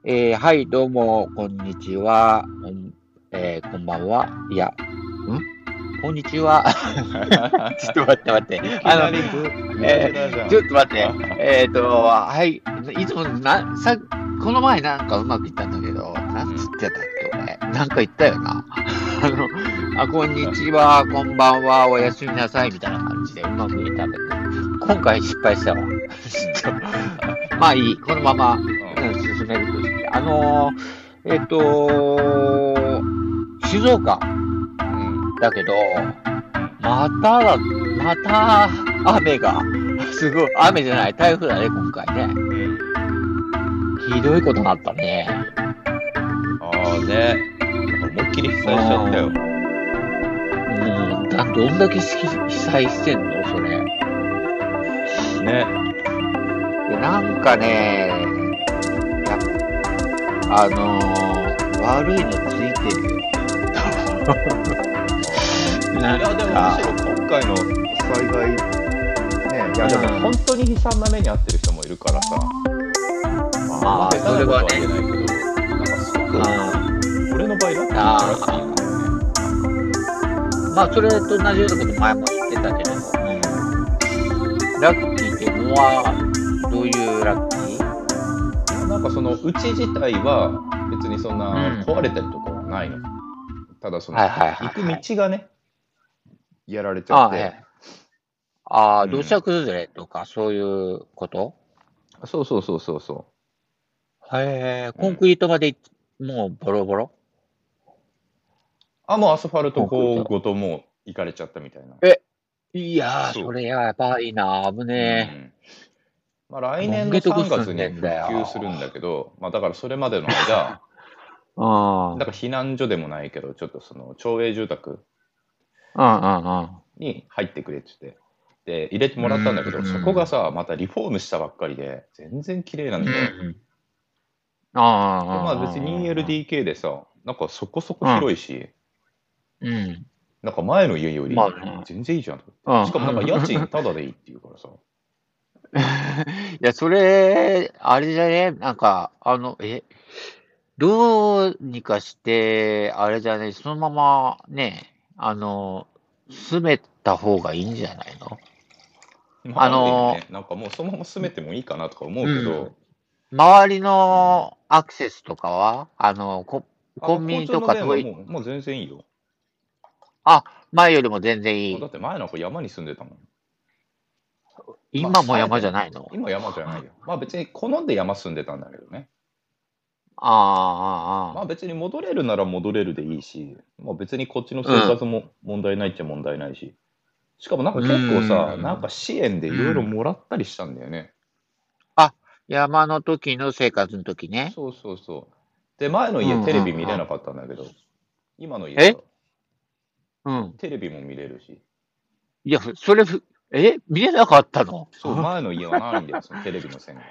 はい、どうも、こんにちは。こんばんは。いや、こんにちは。ちょっと待って待って。 いきなりグダグダじゃん。 ちょっと待って。はい。いつもこの前なんかうまくいったんだけど、なんつってたっけ、俺。なんか言ったよな。こんにちは、こんばんは、おやすみなさい、みたいな感じでうまく言ったんだけど、今回失敗したわ。ちょっとまあいい。このまま、進めるとして。静岡だけど、また雨が、すごい、雨じゃない、台風だね、今回ね。ひどいことになったね。 ああね。なんか思いっきり被災しちゃったよ。 どんだけ被災してんの、それ。 ね。 で、なんかね、悪いのついてるよ。 いや、でもむしろ今回の災害、ね、いや、でも本当に悲惨な目に遭ってる人もいるからさ。まあ、下手なことは言えないけど、なんかすごく、俺の場合ラッキーなラッキーなんだよね。 まあ、それと同じようなこと前も言ってたけど、ラッキーってのは、どういうラッキー？ なんかそのうち自体は別にそんな壊れたりとかはないの。ただその行く道がね、やられちゃって。 土砂崩れとかそういうこと？ そうそうそうそうそう。 コンクリートまでもうボロボロ？ もうアスファルトごともう行かれちゃったみたいな。 いやー、それやばいな、危ねえ。 まあ来年の3月に復旧するんだけど、まあだからそれまでの間、だから避難所でもないけど、ちょっとその町営住宅に入ってくれって言って、で、入れてもらったんだけど、そこがさ、またリフォームしたばっかりで、全然綺麗なんだよ。で、まあ別に 2LDK でさ、なんかそこそこ広いし、なんか前の家より全然いいじゃん。しかもなんか家賃タダでいいって言うからさ。 いや、それ、あれじゃね、なんか、どうにかして、あれじゃね、そのままね、住めた方がいいんじゃないの？ まあ、ある意味ね、なんかもうそのまま住めてもいいかなとか思うけど、 周りのアクセスとかは、コンビニとか交通の便はもう全然いいよ。 前よりも全然いい。 だって前なんか山に住んでたもん。 今も山じゃないの？ 今山じゃないよ。まあ別に好んで山住んでたんだけどね。まあ別に戻れるなら戻れるでいいし、まあ別にこっちの生活も問題ないっちゃ問題ないし。しかもなんか結構さ、なんか支援でいろいろもらったりしたんだよね。 山の時の生活の時ね。 そうそうそう。で、前の家テレビ見れなかったんだけど、今の家はテレビも見れるし。 いや、それ、見れなかったの？ そう、前の家はないんだよ、そのテレビの線が。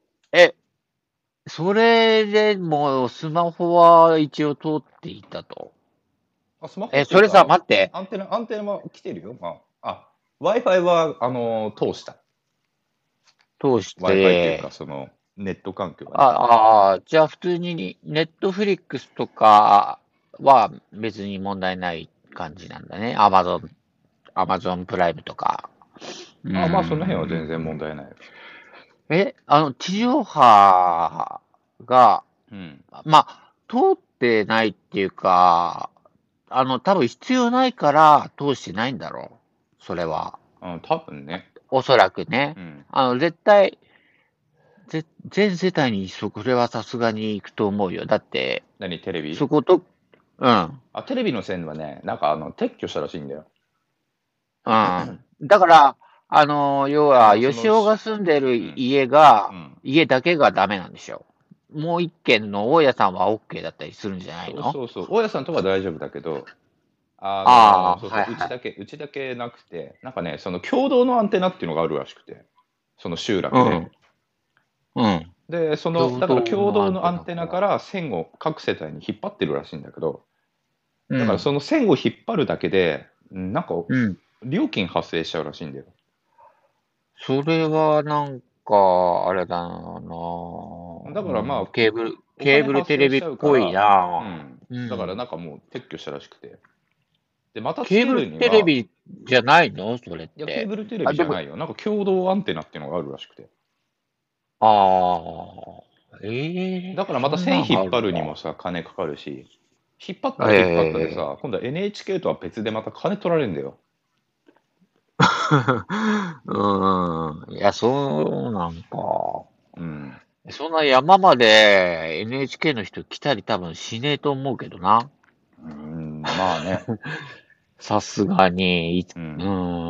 それでもスマホは一応通っていたと。 スマホそれさ、待って。 アンテナは来てるよ。Wi-Fi は、通した。 通して。 Wi-Fi っていうか、その、ネット環境が、 ね。じゃあ普通に、ネットフリックスとかは別に問題ない感じなんだね。アマゾンプライムとか。 まあ、その辺は全然問題ない。 地上波が、まあ、通ってないっていうか、多分必要ないから通してないんだろう。それは。 多分ね。 おそらくね。絶対、全世帯にそれはさすがに行くと思うよ。だって、 テレビ？ そこと、 テレビの線はね、なんか撤去したらしいんだよ。 だから、要は、吉尾が住んでる家だけがダメなんでしょ。もう一軒の大家さんは OK だったりするんじゃないの？ そう。大家さんとは大丈夫だけど、うちだけなくて、なんかね、その共同のアンテナっていうのがあるらしくて、その集落で。で、だから共同のアンテナから線を各世帯に引っ張ってるらしいんだけど、だからその線を引っ張るだけで、なんか、料金発生しちゃうらしいんだよ。 それはなんか、あれだな。 だからまあ、 ケーブルケーブルテレビっぽいな。 だからなんかもう撤去したらしくて。で、またつケーブルけるには、 テレビじゃないのそれっいや、ケーて。 ブルテレビじゃないよ。なんか共同アンテナっていうのがあるらしくて。 ああ、ええだからまたそんな線引っ張んがあるんだ。 るにもさ、金かかるし、引っ張ったら引っ張ったでええさ、今度は NHK とは別でまた金取られるんだよ。 うん。いや、そうなんか。 うん。 そんな山まで NHK の人来たり多分しねえと思うけどな。 まあね。 さすがに、 うん。 うん。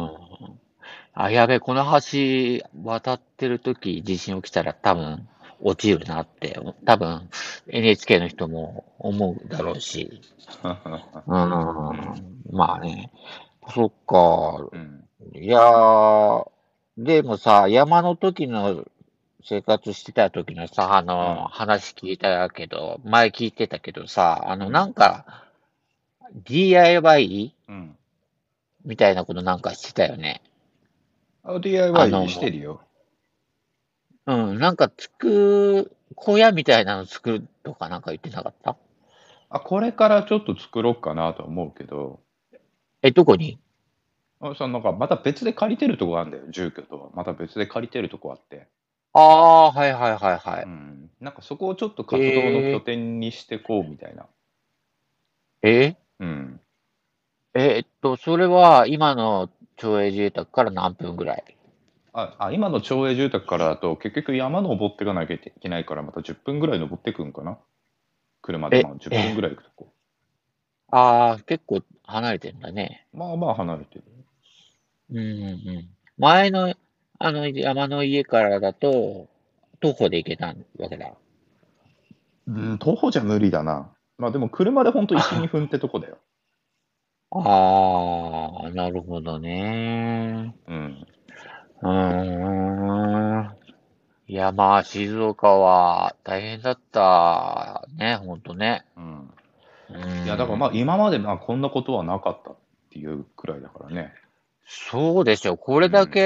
あ、やべえ、この橋渡ってる時地震起きたら多分落ちるなって、多分 NHK の人も思うだろうし。ううん。 ん。まあね。そっか。 うん。 いやー、でもさ、山の時の生活してた時のさ、 うん。 話聞いたけど、前聞いてたけどさ、 うん。 なんか、DIY うん。 みたいなことなんかしてたよね。あ DIY しての、 るよ。 なんか小屋みたいなの作るとかなんか言ってなかった？ これからちょっと作ろうかなと思うけど、 どこに？ なんかまた別で借りてるとこあるんだよ、住居とは。また別で借りてるとこあって。 ああー、はいはいはいはい。 なんかそこをちょっと活動の拠え点にしてこうみたいな。 えうん。 それは今の町営住宅から何分ぐらい？ 今の町営住宅からだと結局山登っていかなきゃいけないからまた10分ぐらい登っていくんかな。車でまあ10分ぐらい行くとこ。 ああ、結構離れてんだね。 まあまあ離れてる。 うんうんうん。前の、山の家からだと、徒歩で行けたわけだ。 徒歩じゃ無理だな。まあでも車でほんと1、2分ってとこだよ。 ああ、なるほどね。 うん。 うーん。いや、まあ、静岡は大変だったね、ほんとね。 うん。 ういやだからまあーん。 今までまあこんなことはなかったっていうくらいだからね。 そうでしょ。 うん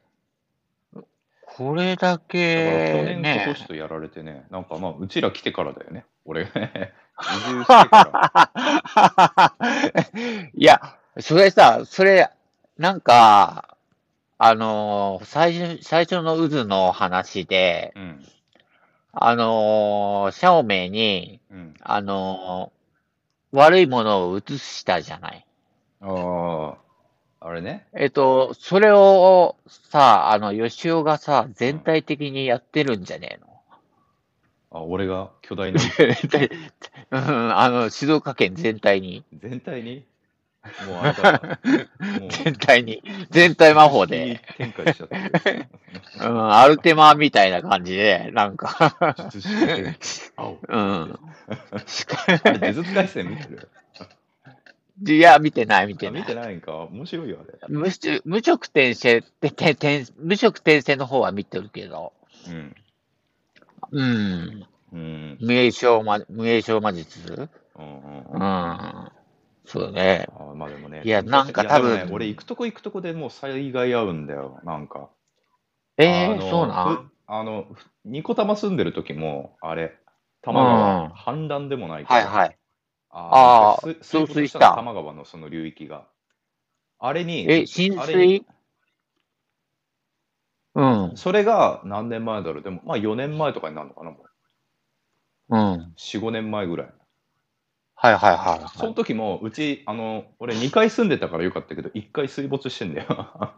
これだだから去年、今けね。 年とやられてね、なんかまあ、うちら来てからだよね。俺、移住してから。 いや、それ、なんか、最初の渦の話で、 うん。 シャオメイに、 うん。 あの悪いものを移したじゃない。 ああ、あれね。 それをさ、ヨシオがさ、 うん。 全体的にやってるんじゃねえの？ 俺が巨大な渦全体うん、静岡県全体に。 全体にもうあれだ。も全体に、 う、 全体魔術法で。 式展開しちゃってる。 アルテマみたいな感じで、なんか術式展開。青。 うん。 あれ、呪術廻戦見てる？ いや、見てない、見て見てない。 ないんか。面白いよ、あれ。 無職転生無職転生の方は見てるけど、 うん。 うん。 うん。 無影小魔術うんうんううん。 ん。そうね。 まあでもね、 いや、 天才的。いや、 なんか多でもね、俺分、 行くとこでもう災害合うんだよ、なんか。 そうなんニコタマ住んでる時も、あれ、多う摩川、 ん。 氾濫でもないけど、 はいはい。 一回ああ、増水没したの、多水した。 摩川のその流域が。あれに、 浸あれに、 水うん。 それが何年前だろう、でも、まあ4年前とかになるのかな、もう。 うん。 4、5年前ぐらい。 はいはいはいそはい。 の時も、俺2回住んでたからよかったけど、1回水没してんだよ。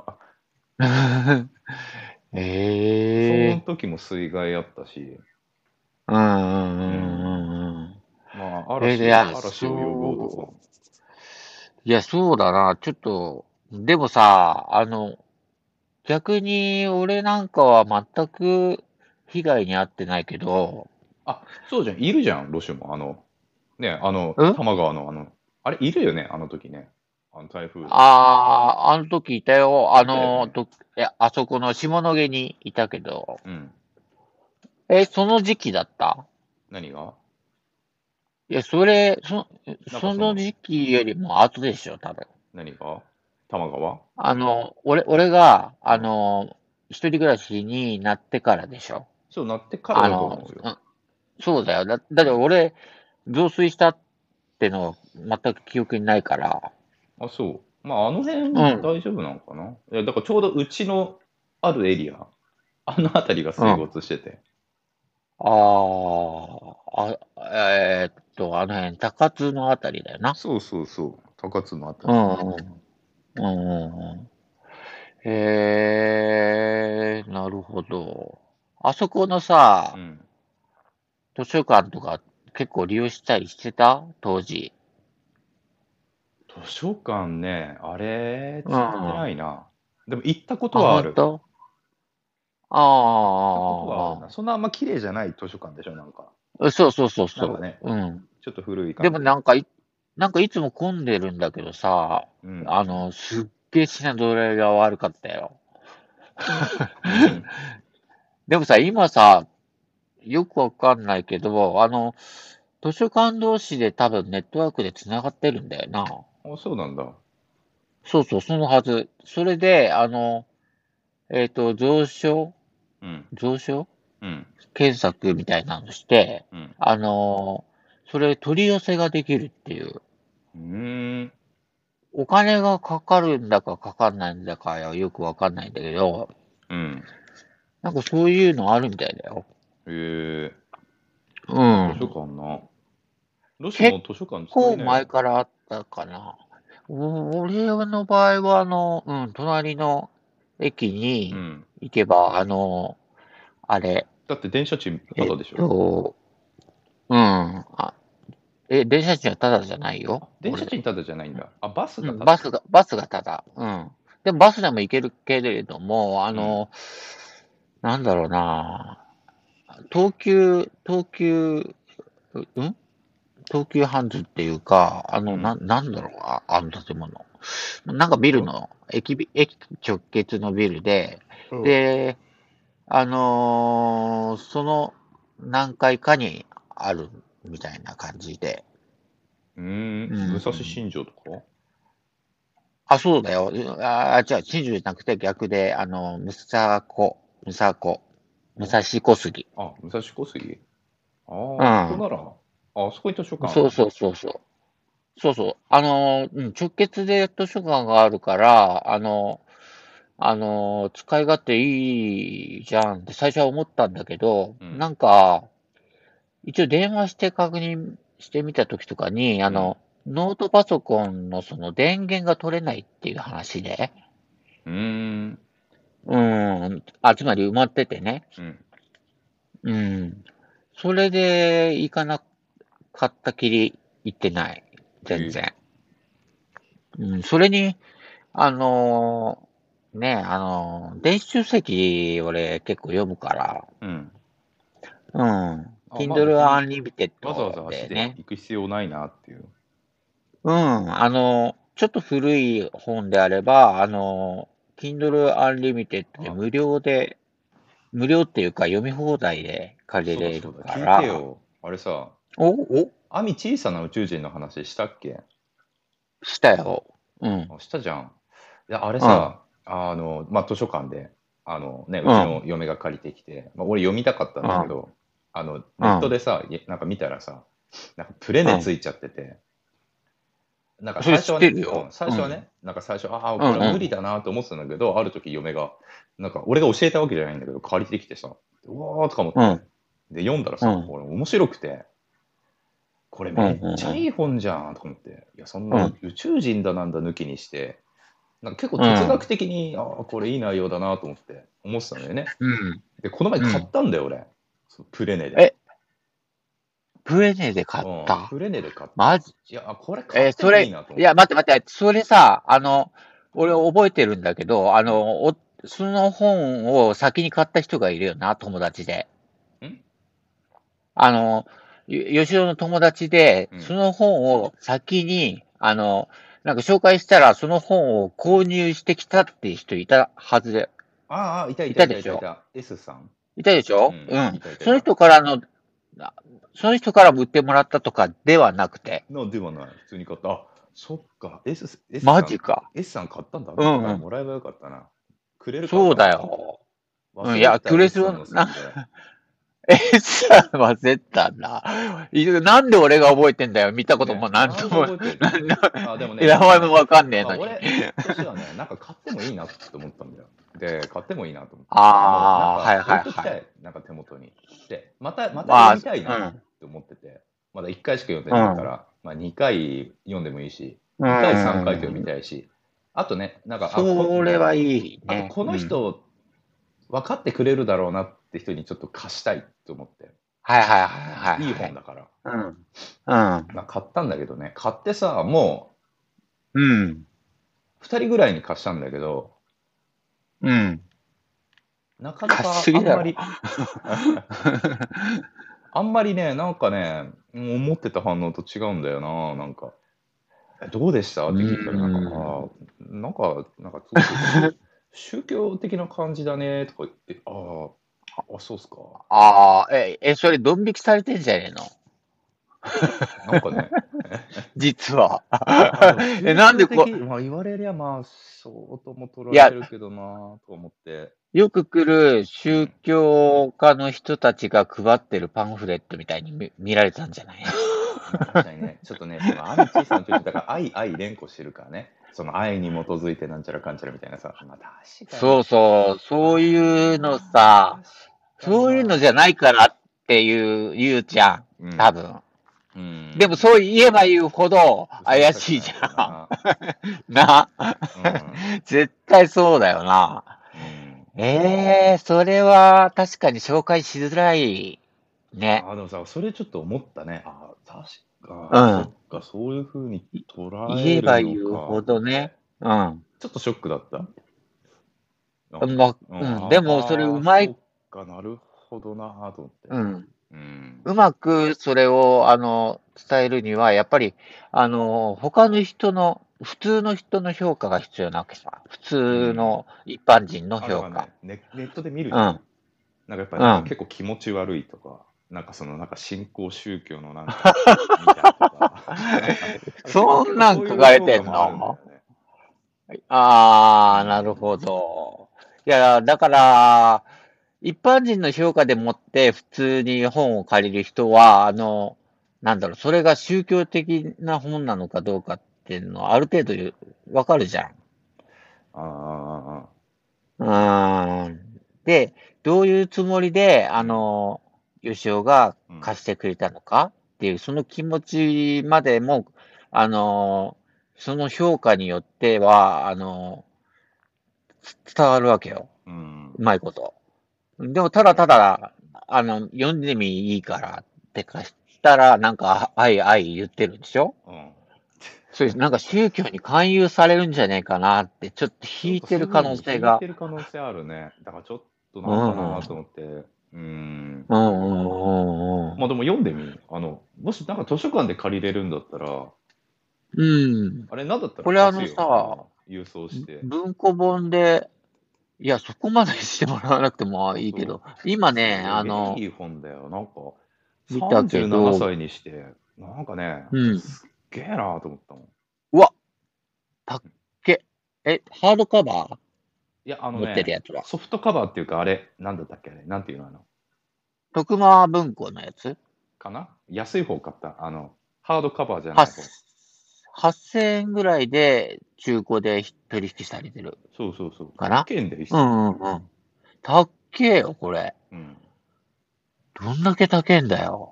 そのええ時も水害あったし、 うんうんううん。 んうんうん。 まあ、 いや、 嵐を呼ぶ男。 いや、そうだな。ちょっと、でもさ、逆に俺なんかは全く被害に遭ってないけど、 そうじゃん、いるじゃん、ロシュも。多摩川のあれ、いるよね、あの時ね。台風。 あの時いたよ。 いたよね。 あそこの下野にいたけど、 うん。 その時期だった？ 何がいや、そのなんか時期よりも後でしょ、多分。 何が多摩川俺が、 うん。 一人暮らしになってからでしょ。 そうなってからだとあの、 思うよ。 そうだよ。だって俺、増水したっての全く記憶にないから。 あ、そう。まあ、あの辺うん。 大丈夫なのかな。いや、だからちょうどうちのあるエリア、あの辺りが水うん。 没してて。 あの辺、高津のあたりだよな。 そうそうそう。高津のあたり。 うんうん。うんうんうん。へえ、なるほど。あそこのさ、 うん。 図書館とか結構利用したりしてた当時。 図書館ね、あれ、 うん。 使ってあ、 ないな。でも行ったことはある。 本当？ 行ったことはあるあな。そんなあんま綺麗じゃない図書館でしょ、なんか。 あ、そうそうそうそなんかね、 う。うん。 ちょっと古いで感じの。 もなんかいつも混んでるんだけどさ、 うん。 すっげえ品揃えが悪かったよ。 うん。 でもさ、今さ、よくわかんないけど、図書館同士で多分ネットワークで繋がってるんだよな。 あ、そうなんだ。 そうそう、そのはず。それで、蔵書うん。 蔵書うん。 検索みたいなのして、 うん。 それ取り寄せができるっていう。 うーん。 お金がかかるんだかかかんないんだかはよくわかんないんだけど、 うん。 なんかそういうのあるみたいだよ。 へえ。 う図書ん。 館な。ロシ結も図書館使い構なよ。 前からあったかな。俺の場合は、隣の駅にうん。 行けば、あれ、 だって電車賃タえっダでしょ。 と、うん。電車賃はタダじゃないよ。 あ、電車賃タダじゃないんだ。あ、バスうん、 がタダ。 バスがタダ。うん。でもバスでも行けるけれども、 うん。 なんだろうな。ん東急ハンズっていうか、 うん。 なんだろう、あの建物。なんかビルあ、 の、駅直結のビルで、 うん。 で、その何階かにあるみたいな感じで。 うーん。 う武蔵ん。 新城とか。 あ、そうだよ。じゃあ、新宿じゃなくて逆で、むさこ、武蔵小杉。 あ、武蔵小杉。 うああ、そこなら、あそこに図書ん。 館あるんだ。 そうそうそうそう。そうそう。直結で図書館があるから、使い勝手いいじゃんって最初は思ったんだけど、 うん。 なんか、一応電話して確認してみたときとかに、 うん。 ノートパソコンのその電源が取れないっていう話で、 うーん。 つまり埋まっててね。 うん。 うん。それで行かなかったきり行ってない。全え然。うん。それに、電子書籍俺結構読むから、 うん。 うん。 あ、まあ別 Kindle に、わざわ Unlimited ざ足ででね。 行く必要ないなっていう。 うん。ちょっと古い本であれば、Kindle Unlimited であ、 無料っていうか読み放題で借りれるそうだそうだ。 か聞いてら、 よ。あれさ、 お、 アミ小さな宇宙人の話したっけ？ したよ。うん。 あ、したじゃん。いや、あれうん。 さ、まあ、図書館で、ううん。 ちの嫁が借りてきて、まあ、俺読みたかったんうん。 だけど、ネットうん。 でさ、なんか見たらさ、なんかプレうん。 ネついちゃってて、なんかそれ知っ最初はね、うん、 てるよ。うん。 最初はね、なんか最初、ああ、 うんこれは無理うん。 だなと思ってたんだけど、ある時嫁が、なんか俺が教えたわけじゃないんだけど、借りてきてさ、うわーとか思って、 うん。 で、読んだらさ、 うん。 俺面白くて、これうん。 めっちゃいうん。 い本じゃんとか思って、いや、そんなうん。 宇宙人だなんだ抜きにして、なんか結構うん。 哲学的に、ああ、これいい内容だなと思ってたんだよね。 うん。 で、この前買っうん。 たんだよ、俺。そのプレネで。 え、プレネで買っうん、 た？ プレネで買った。 マジ？ いや、これ買ってそれ、 もいいなと思いや、 って。 待って、それさ、俺覚えてるんだけど、 うん。 その本を先に買った人がいるよな、友達で。 んあの、吉尾の友達で、 うん。 その本を先に、なんか紹介したら、その本を購入してきたっていう人いたはずで、 ああ、いたいいたいたでしょ？ たいたいた。S さん。 いたでしょ？ うん。 うん。 いたいたいた。 あその人から売ってもらったとかではなくて、 ではない。普通に買った。あ、そっか。S さん、 マジか。 S さん買ったんだ。 うだったんうん。 らもらえばよかったな。くれるかそうだな。 よ。うん、いや、 忘れてたよ、 クレ S スの、 さんのせいで。 さん忘れたんだ。なんで俺が覚えてんだよ。見たことも何とも、 なんで覚えてるでもね、 名前もわかんねえのに。 俺としてはね、なんか買ってもいいなって思ったんだよ。で、買ってもいいなと思って。 ああ、はいなんかはいはい。 置いときたい。なんか手元に。で、またまあ、 読みたいなっうん、 て思ってて。まだ1回しか読んでうん、 ないから、まあ2回読んでもいいし、 う 2回3回と読みん。 たいし、あとね、なんか、 それはいいね。 あとこうん。 の人分かってくれるだろうなって人にちょっと貸したいと思って。 はいはいはいいいはい。 本だから。 うん。うん。 まあ、買ったんだけどね、買ってさ、もうん。 う2人ぐらいに貸したんだけど、 うん。 なかな貸しかすぎだろ。 あんまりね、なんかね、思ってた反応と違うんだよな、なんか。どうでしたうって聞いたら、なんか、 ん。 すごく宗教的な感じだね、とか言って、そうっすか。 ああ、それドン引きされてんじゃねえの？ なんかね、 実は。 でも宗なんで教的、まあ言われりゃまあ、そうとも捉いや、 えれるけどな、と思って。 よく来る宗うん。 教家の人たちが配ってるパンフレットみたいに見られたんじゃない？ まあ確かにね、ちょっとね、そのアミチさんと言ってたから愛連呼してるからね。その愛に基づいてなんちゃらかんちゃらみたいなさ。まあ確かに。 そうそう、そういうのさ、 確かにそういうのじゃな。 ないからって言うじゃん、 うん。 多分。 うん。 でもそう言えば言うほど嘘く怪さくなるしいじゃよな。 ん。な。 うん。 絶対そうだよな。 うん。 それは確かに紹介しづらいね。 でもさ、それちょっと思ったね。そっうん。 か、そういうふうに捉言ええるのば言うほかって。 どね。うん。 ちょっとショックだった。なんか。 ま、うん。でもそれうまい、 そっか、なるほどなと思って。 うん。 うん。 うまくそれを、伝えるには、やっぱり、他の人の、普通の人の評価が必要なわけさ。普うん。 通の一般人の評価。 だからね、ネットで見るじゃん。 うん。 なんかやっぱりなんかうん。 結構気持ち悪いとか、なんかそのなんか新興宗教のなんかみたいとか、 そんなん結構そういう書かれてん評価もあるんだの？ よね。うああ、なるほん。 ど。いや、だから、一般人の評価でもって普通に本を借りる人は、なんだろう、それが宗教的な本なのかどうかっていうのはある程度わかるじゃん。 あうーん。で、どういうつもりで、 うん。 ヨシオがうん。 貸してくれたのかっていう、その気持ちまでも、あの、その評価によっては、伝わるわけよ。 うん。 うまいこと。でも、ただただ、読んでみいいからって貸したら、なんか、言ってるんでしょ？ うん。 それ、なんか宗教に勧誘されるんじゃねえかなって、ちょっとちょっと引いてる可そういうふうに能性が。 引いてる可能性あるね。だからちょっとうなんかなとん。 思って。うん。 うんうんうんうん。 まあでも読んでみ。もしなんか図書館で借りれるんだったら、 うん。 あれなんだったらこれ貸すよ。 さ、 郵送して。 文庫本で、いや、そこまでしてもらわなくてもいいけど、今ね、 すげえいい本だよ。なんか、 見たけ 37 ど、 歳にして、なんかね、 うん。 すっげえなと思ったもん。 うわ、たっけ。ハードカバーいや、 持ってるやつは。 ソフトカバーっていうか、あれ、なんだったっけあれ、なんていうの徳間文庫のやつかな安い方買った。ハードカバーじゃない方。 8 8000円ぐらいで中古で取引されてるそうそうそう。 かな。 高いんだよ、一う冊。 んうんうん。たっけえよ、これ。 うん。 どんだけ高えんだよ。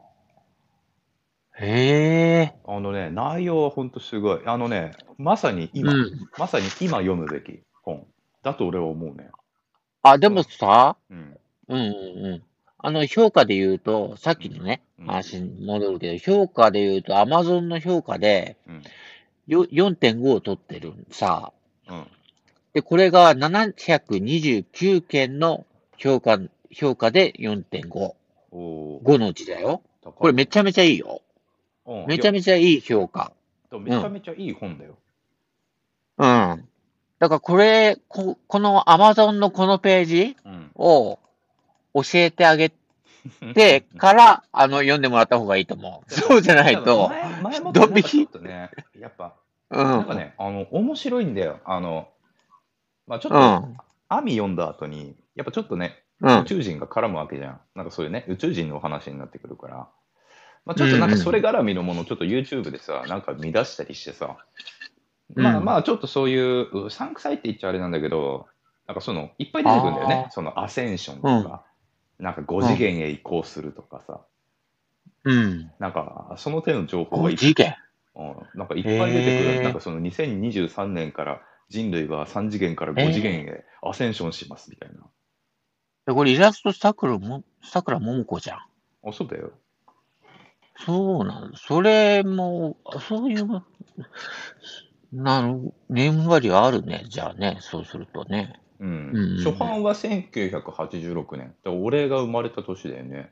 へえ。 内容はほんとすごい。 うん。 まさに今読むべき本だと俺は思うね。 あ、でもその、 さ、 うん、 うんうんうん。評価で言うと、さっうん、 きのね、 うん、 話に戻るけど、評価で言うと、アマゾンの評価で、 うん、 4.5を取ってるさ。 うん。 で、これが729件の評価で4.5。 おお、 5のうちだよ。こ高いね。 れめちゃめちゃいいよ。 うん、いめちや、 ゃめちゃいい評価。 めうん。 ちゃめちゃいい本だよ。 うん。だからこの Amazon のこのページうん。 を教えてあげてから、読んでもらった方がいいと思う。 やっぱ、 そうじゃない多分と、 前もってなんかちょっドン引き。 とね、やっぱ、 うん。 なんかね、面白いんだよ。ちょっうと、 ん。 アミ読んだ後に、やっぱちょっとね、 宇宙人が絡むわけじゃん。なんかそういうね、宇宙人のお話になってくるから。まあちょっとなんかそれ絡みのものをちょっと YouTube でさ、なんか見出したりしてさ、まあまあちょっとそういううさんくさいって言っちゃあれなんだけど、なんかそのいっぱい出てくるんだよね。そのアセンションとか、なんか5次元へ移行するとかさ、なんかその手の情報が 5次元なんかいっぱい出てくる。なんかその2023年から人類は3次元から5次元へアセンションしますみたいな。 これイラストさくらももこじゃん。 あ、そうだよ。 そうなんだ。それも、そういう、年割りがあるね。じゃあね、そうするとね。 初版は1986年。俺が生まれた年だよね。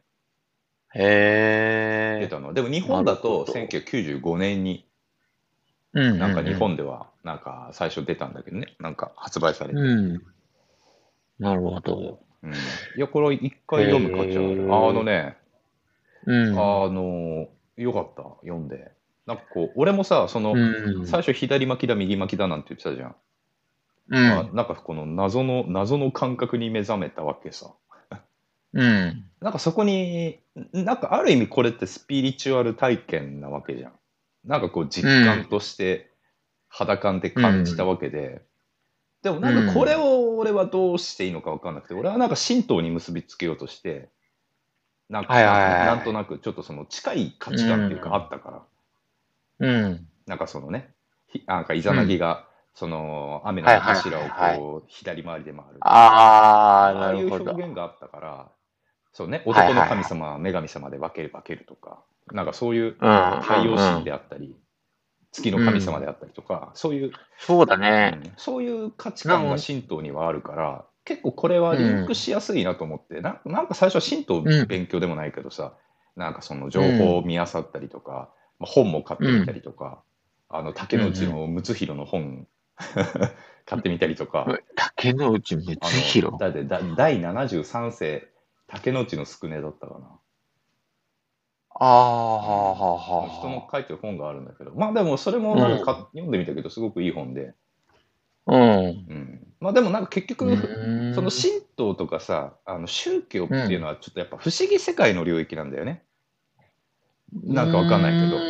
出たの。でも日本だと1995年に、なんか日本では、なんか最初出たんだけどね。なんか発売されて。 なるほど。 いや、これ一回読む価値ある。よかった。読んで。なんかこう、俺もさ、最初左巻きだ、右巻きだなんて言ってたじゃん。なんかこの謎の感覚に目覚めたわけさ。なんかそこに、なんかある意味これってスピリチュアル体験なわけじゃん。なんかこう実感として肌感で感じたわけで、でもなんかこれを俺はどうしていいのか分かんなくて、俺はなんか神道に結びつけようとして、なんとなくちょっとその近い価値観っていうかあったから、なんかそのね、なんかイザナギが、その雨の柱をこう左回りで回る。ああいう表現があったから、そうね、男の神様、女神様で分けるとか、なんかそういう太陽神であったり、月の神様であったりとか、そういう、 そうだね。 そういう価値観が神道にはあるから、結構これはリンクしやすいなと思って、なんか最初は神道勉強でもないけどさ、なんかその情報を見漁ったりとか、本も買ってみたりとか、竹之内の睦弘の本買ってみたりとか、 竹之内睦弘だって第73世竹之内の宿根だったかな。人の書いてる本があるんだけど、まあでもそれもなんか読んでみたけどすごくいい本で、まあでもなんか結局その神道とかさ、宗教っていうのはちょっとやっぱ不思議世界の領域なんだよね。なんかわかんないけど。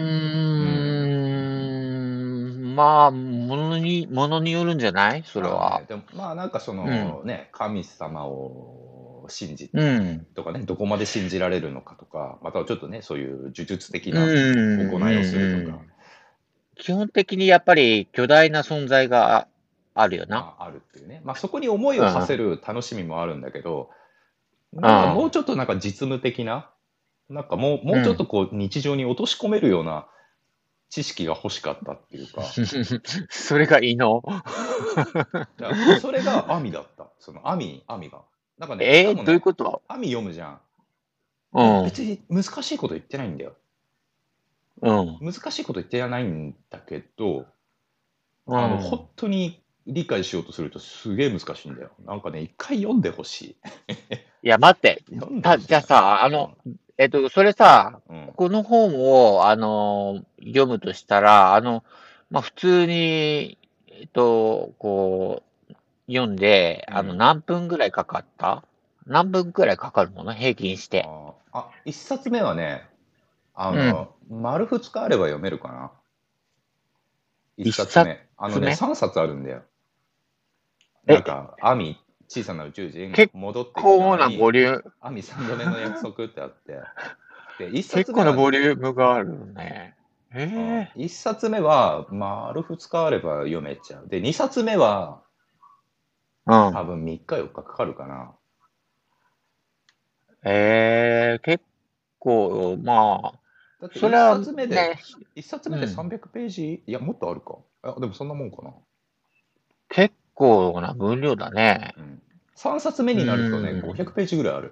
まあ、ものによるんじゃないそれは。 でもまあなんかそのね、神様を信じてとかね、どこまで信じられるのかとか、またはちょっとね、そういう呪術的な行いをするとか。 基本的にやっぱり巨大な存在があるよな。 あるっていうね。まあそこに思いを馳せる楽しみもあるんだけど、なんかもうちょっとなんか実務的な、なんかもうちょっとこう日常に落とし込めるような知識が欲しかったっていうか。 それがいいのそれが網だった。その網が。なんかね、しかもね、 どういうこと網読むじゃん。別に難しいこと言ってないんだよ。難しいこと言ってないんだけど、本当に理解しようとするとすげえ難しいんだよ。なんかね、一回読んでほしい。 いや、待って。じゃあさ、それさ、この本を、読むとしたら、まあ、普通に、こう、読んで、何分ぐらいかかった何分ぐらいかかるもの平均して。 一冊目はね、丸2日あれば読めるかな。一冊目。3冊あるんだよ。なんか、小さな宇宙人、戻ってきた結構なボリューム。 3度目の約束ってあって。で、1 冊目は、結構なボリュームがあるね。 1冊目は、丸2日あれば読めちゃう。で、2冊目は、多分3日4日かかるかな。 結構、まあ、 だって1冊目で、1冊目で300ページ、いや、もっとあるか。でもそんなもんかな。 結構な分量だね。 3冊目になるとね、500ページぐらいある。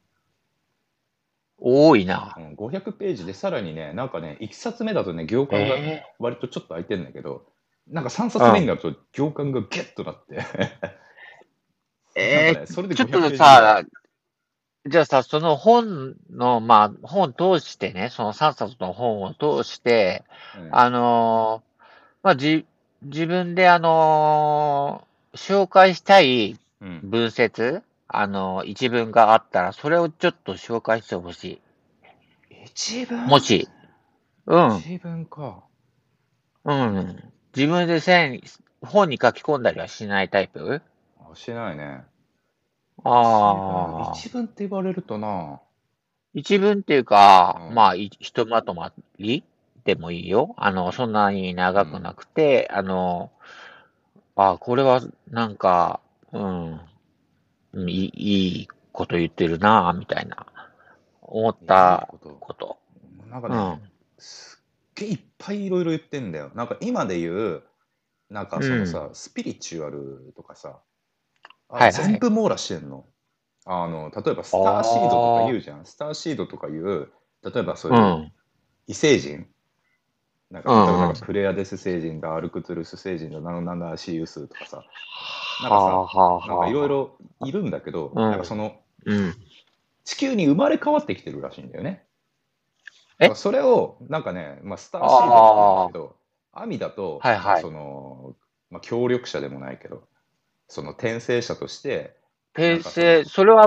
多いな。 500ページで、さらにね、なんかね、1冊目だとね、行間が割とちょっと空いてんだけど、なんか3冊目になると行間がギュッとなって。 それでちょっとさ、じゃあさ、その本の、まあ、本通してね、その3冊の本を通して、まあ、自分で紹介したい文節、 一文があったら、それをちょっと紹介してほし一い。もし、うん、 一文か。 うん。自分で本に書き込んだりはしないタイプ？ しないね。 ああ、 一文って言われるとな。 一文っていうか、 うん。 まあ、ひとまとまりでもいいよ。そんなに長くうん。 なくて、これはなんか、うん、いいこと言ってるな、みたいな、思っいいたこと。 こと。 なんかね、 うん。 すっげえいっぱいいろいろ言ってんだよ。なんか今で言う、なんかうん。 そのさ、スピリチュアルとかさ、 はいはい。 全部網羅してんの。例えばあスターシードとか言うあ、 じゃん。スターシードとか言う、例えばそういううん。 異星人、なんかうん例えばなんかうん。 プレアデス星人だ、アルクトゥルス星人だ、なんだシウスとかさ、なんはかさ、 あはあなんかいろいはろいるんだけど、 あはあ。 なんかそのうん。うん。 地球に生まれ変わってきてるらしいんだよね。だからえそれをなんかね、スターシードって言うんだああ、 けど、アミだと、そはいはい。 の、協力者でもないけど、その転生者として、なん転生、 かその、 それは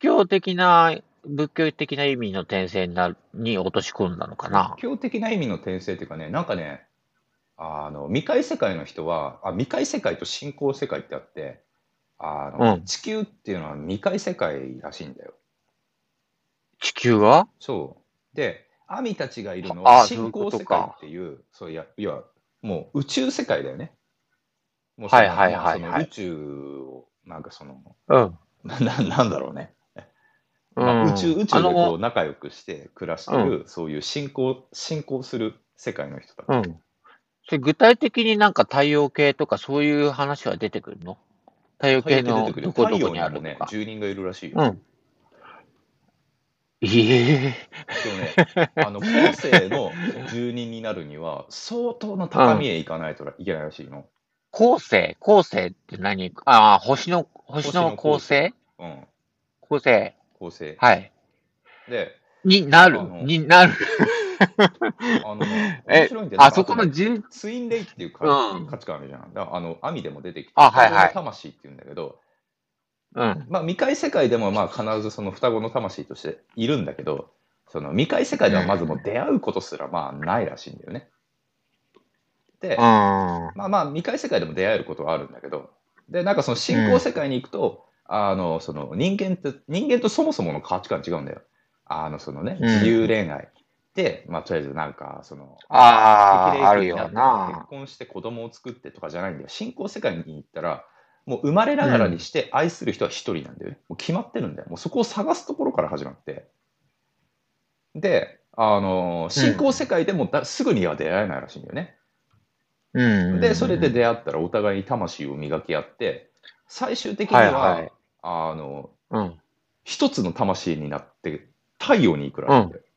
仏教的な意味の転生に落とし込んだのか仏な？ 教的な意味の転生っていうかね、なんかね、未開世界の人は、未開世界と信仰世界ってあって、 うん。 地球っていうのは未開世界らしいんだよ。 地球はそう。で、アミたちがいるのはああ、そういうこ信仰世界っとか。 ていう、そういや、要は、もう宇宙世界だよね。もうその、 はいはいその宇はいはい。 宙を、なんかその、 うん。 なんだろうね。 うん。 宇宙でこう仲良くして暮らしてうん。 る、そういう信仰する世界の人たち。 うん。それ具体的になんか太陽系とかそういう話は出てくるの？太陽太陽系系出てくるよ。 のどこ太どこに陽にもね、 あるとか。 住人がいるらしいよ。 うん。ええでもね、後世の住人になるには、相当なうん。 高みへ行かないといけないらしいの。 後世って何？ああ、星の星の後世。 構成うん。 構成。 構成。 はい。 で、 になるあの、 になる。 面白いんで、なんあそこのかあとね、ツインレイっていううん。 価値観あるじゃん。だから網でも出てきて、 あ、 双子のはいはい。 魂っていうんだけど、 うん。 未開世界でも必ずその双子の魂としているんだけど、その未開世界ではまずもう出会うことすらないらしいんだよね。 うで、 ん。 未開世界でも出会えることはあるんだけど、で、なんかそのうん。 信仰世界に行くと、その人間とそもそもの価値観違うんだよ。そのね、自由うん。 恋愛。で、とりあえずなんか、その、適ああ、 齢期になあるよって結な。 婚して子供を作ってとかじゃないんだよ。信仰世界に行ったら、もう生まれなうん。 がらにして愛する人は一人なんだよね。もう決まってるんだよ。もうそこを探すところから始まって。で、信仰世うん。 界でもすぐには出会えないらしいんだよね。 うん。 で、それでうん。 出会ったらお互いに魂を磨き合って、最終的には、 はいはい。 あの、 うん。 一つの魂になって太陽に行くらうん。 しいんだよ。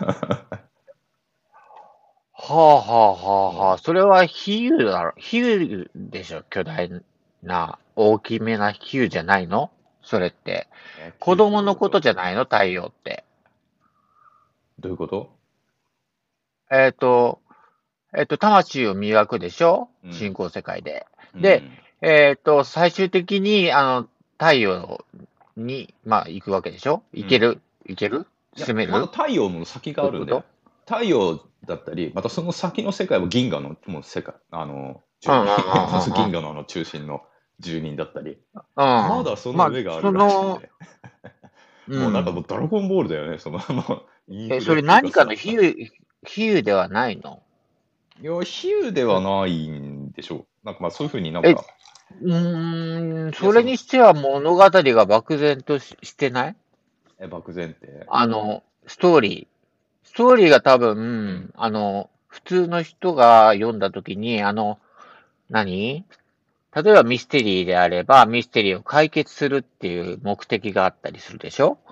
はあはあはあはあ。 うん。 それは比喩だろ。比喩でしょ。巨大な、大きめな比喩じゃないの？それって。子比喩って供のことどういうこと？ じゃないの？太陽って。 どういうこと？ えっと、魂を磨くでしょ？ うん。 信仰世界で。で、 うん。 最終的に、太陽に、まあ、行くわけでしょ？ うん。 行けるいや、まだ住める太陽の先があるんだよ。 どういうこと？ 太陽だったり、またその先の世界は銀河のもう世界、 うんうんうん銀うん河の中心の住人だったり、 うん。 まだそまあ、 の上があるらしいんで。 うもうなんかもうん。 ドラゴンボールだよね、その、インフレっそれていうかさ。 何かの比喩ではないの？ いや、比喩ではないんでしょう。なんかそういうふうになんえ、 か、いや、 それにしては物語が漠然としてない？ 漠然って。 ストーリーが多うん。 分、普通の人が読んだときに、何例えばミステリーであれば、ミステリーを解決するっていう目的があったりするでしょ？ うん。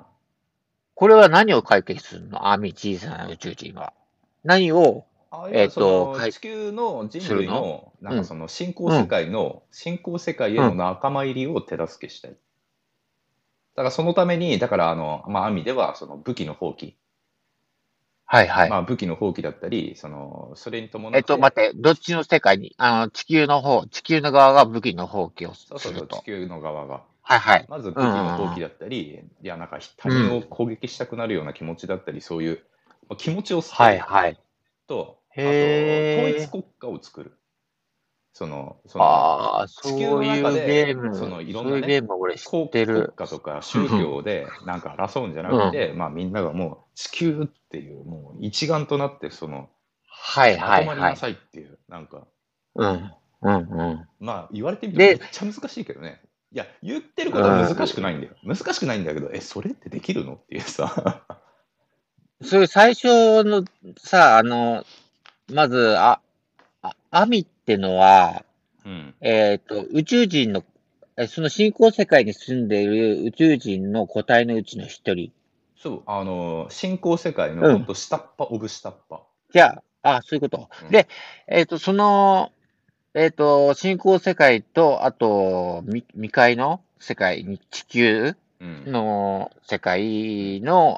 これは何を解決するの？小さな宇宙人は。何を、 要はその解地球の人するの？ 類の、なんうん、 かそのうん、 信仰世界へのうん。 仲間入りを手助けしたい。だからそのために、だからアミではその武器の放棄。 はいはい。 武器の放棄だったり、それに伴って、 待って、どっちの世界に、地球の側が武器の放棄をそうそうそう、地すると。 球の側が。 はいはい。 まず武うんう器の放棄んだったり、いや、なんか他うん。 人をうん。 攻撃したくなるような気持ちだったり、そういう、まあ気持ちを捨てるはいはい。 と、あと、統へえ。 一国家を作る。その、 ああ、 地球のそういう中で、 ゲーム、 いろんそういうなね、 ゲーム俺知って国る。 家とかうん。 宗教でなんか争うんじゃなうん。 くて、まあみんながもう地球っていう、もう一丸となって、 はいまとまりなはいはい。 さいっていう、なんか、 うん。うんうまあ言われてみん。で、 てめっちゃ難しいけどね。いや、言ってるうことは難しくないんん。 だよ。難しくないんだけど、それってできるのっていうさ。 そういう最初のさ、まず、アミってのは、 うん。 宇宙人の、その新興世界に住んでいる宇宙人の個体のうちの一人。 そう、新興世界のうん。 ほんと下っ端オブ下っ端。 じゃあ、そういうこと。 うん。 で、その、新興世界と、あと、未開の世界に、地球うん。 の世うん。 界の、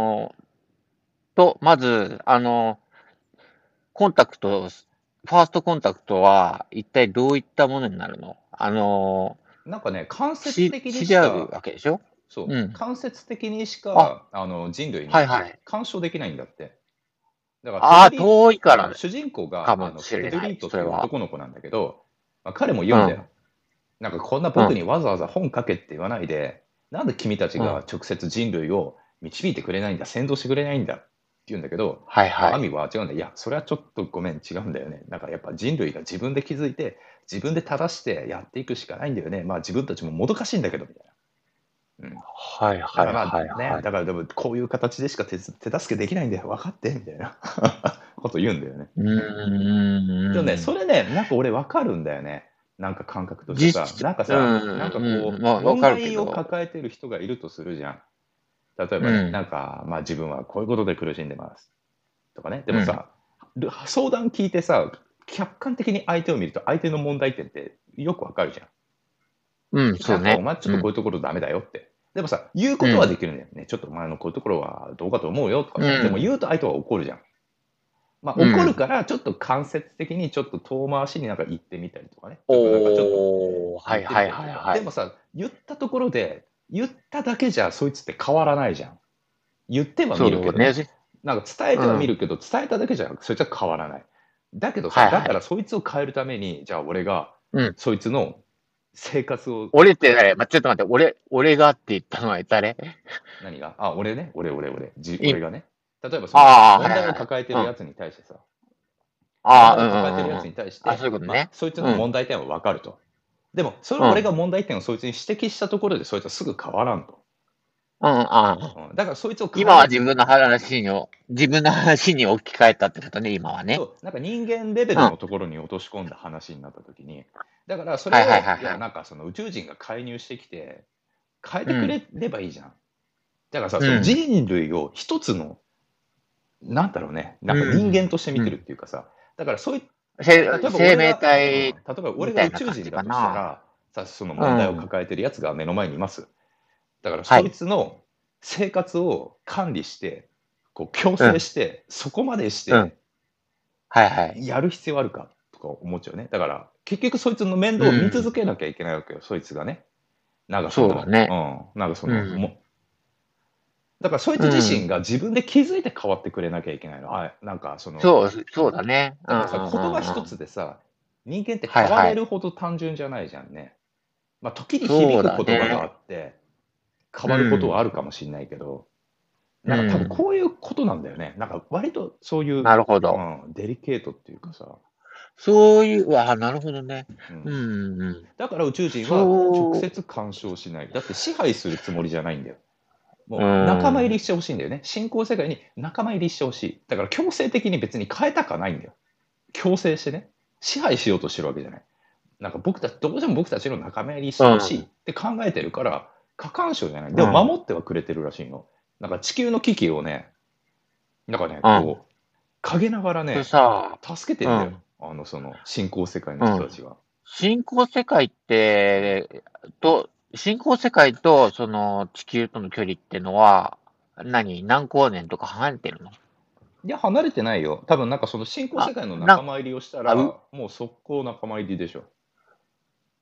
まず、コンタクト、ファーストコンタクトは、一体どういったものになるの？ なんかね、間接的に知り合うしか、 わけでしょ？ そう、 うん。 間接的にしあ、 か、人類にはいはい。 干渉できないんだって。だからああ、遠いから主人公が、 かもしフェドれない、 リートっていうそれは。 男の子なんだけど、まあ、彼もうん、 言うんだよ。なんかこんなうん、 僕にわざわざ本書けって言わないで、なんで君たちうん。 が直接人類を導いてくれないんだ、先導してくれないんだって言うんだけど、アミはいはい。 は違うんだ。いや、それはちょっとごめん、違うんだよね。なんかやっぱ人類が自分で気づいて、自分で正してやっていくしかないんだよね。まあ自分たちももどかしいんだけど、みたいな。うん。 はいだからまはいはいあね、 はい。 だからでもこういう形でしか手助けできないんだよ。分かってみたいなこと言うんだよね。 うーでもね、 ん。 それね、なんか俺分かるんだよね。なんか感覚としてさ、なんかうさ、なんかん、うん、 こう、 まあ、わ問かるけ題をど、 抱えてる人がいるとするじゃん。例えばね、なうん、 んか、まあ自分はこういうことで苦しんでます。とかね。でうん、 もさ、相談聞いてさ、客観的に相手を見ると相手の問題点ってよくわかるじゃん。 うん、そなんかおうね。 前ちょっとこううん、 いうところダメだよって。でもさ、言うことはうん、 できるんだよね。ちょっとお前のこういうところはどうかと思うよとかうさ。でもん、 言うと相手は怒るじゃん。まあうん。 怒るから、ちょっと間接的にちょっと遠回しになんか言ってみたりとかね。ちょっとなんかちょっとおー、は言ってみいはいたりとか。 はいはい。 でもさ、言ったところで、言っただけじゃそいつって変わらないじゃん。言ってはそうね。 見るけどね。なんか伝えては見うん、 るけど、伝えただけじゃそいつは変わらない。だけどさ、だはいはい。 からそいつを変えるために、じゃあ俺がうん。 そいつの生活を、 俺って誰？ちょっと待って、俺がって言ったのは誰？ 何が、あ、俺ね、 い、 俺がね、例えばそのああ、はい問題をはい。 抱えてうん。 るやつに対してさ、問ああ、うんう題を抱えてるやつにんうんうん。あ、そう対して、 いうことね。 まあ、そいつのうん、 問題点は分かると。でも、それうん、 を俺が問題点をそいつに指摘したところで、そいつはすぐ変わらんと。 うん、ああ。 うん、だからそいつを変今はえる。 自分の話に置き換えたってことね、今はね。 そう、なんか人間レベうん。 ルのところに落とし込んだ話になった時に、だからそれはいはいを、いや、 はいはい。 なんかその宇宙人が介入してきて、変えうん、 てくれればいいじゃん。だからさ、そのうん、 人類を一つの、なんだろうね、なんか人うん、 間として見てるっうん。 ていうかさ、だからそうい例えば生命俺が、 体例えば俺みが宇たいな感じ宙人だとしたかな。 ら、さ、そのう問題をん。 抱えてるやつが目の前にいます。だからそいはい。 つの生活を管理して、こう強うん、 制して、そこまでしうん。 てはいはい。 やる必要あるかとか思っちゃうね。だから結局そいつの面倒を見うん。 続けなきゃいけないわけよ、そいつがね。なんかそうだね。 なんかうん。 だからそいうつ自身ん。 が自分で気づいて変わってくれなきゃいけないの。はい。なんかそうだね。うんうんだからさ、言葉一うんうん。 つでさ、人間って変わはいはい。 れるほど単純じゃないじゃんね。まあ、時にそう響く言葉があだね。 って、変うわることはあん。 るかもしれないけど、 うなんか多分ん。 こういうことなんだよね。なんか割とそういう、 なるほど。 デリケートっていうかさ、 そういう、なるほどね。ううん。 んうん。 だから宇宙人は直そう、 接干渉しない。だって支配するつもりじゃないんだよ。 うもう仲間入りん。 してほしいんだよね。新興世界に仲間入りしてほしい。だから強制的に別に変えたかないんだよ。強制してね。支配しようとしてるわけじゃない。なんかどうしても僕たちの仲間入りしうてほしいっん。 て考えてるから、過干渉じゃない。でうん。 も守ってはくれてるらしいの。なんか地球の危機をね、なんかね、 うん。 こう、陰ながらそれね、 さ、 助けてんだよ。 うん。 新興世界のうん。 人たちが。 新興世界っうん。 て、新興世界とその地球との距離ってのは、何光年とか離れてるの？ いや、離れてないよ。多分なんかその新興世あ、 界の仲間入りをしたあ、 ら、もう速攻仲間入りでしょ。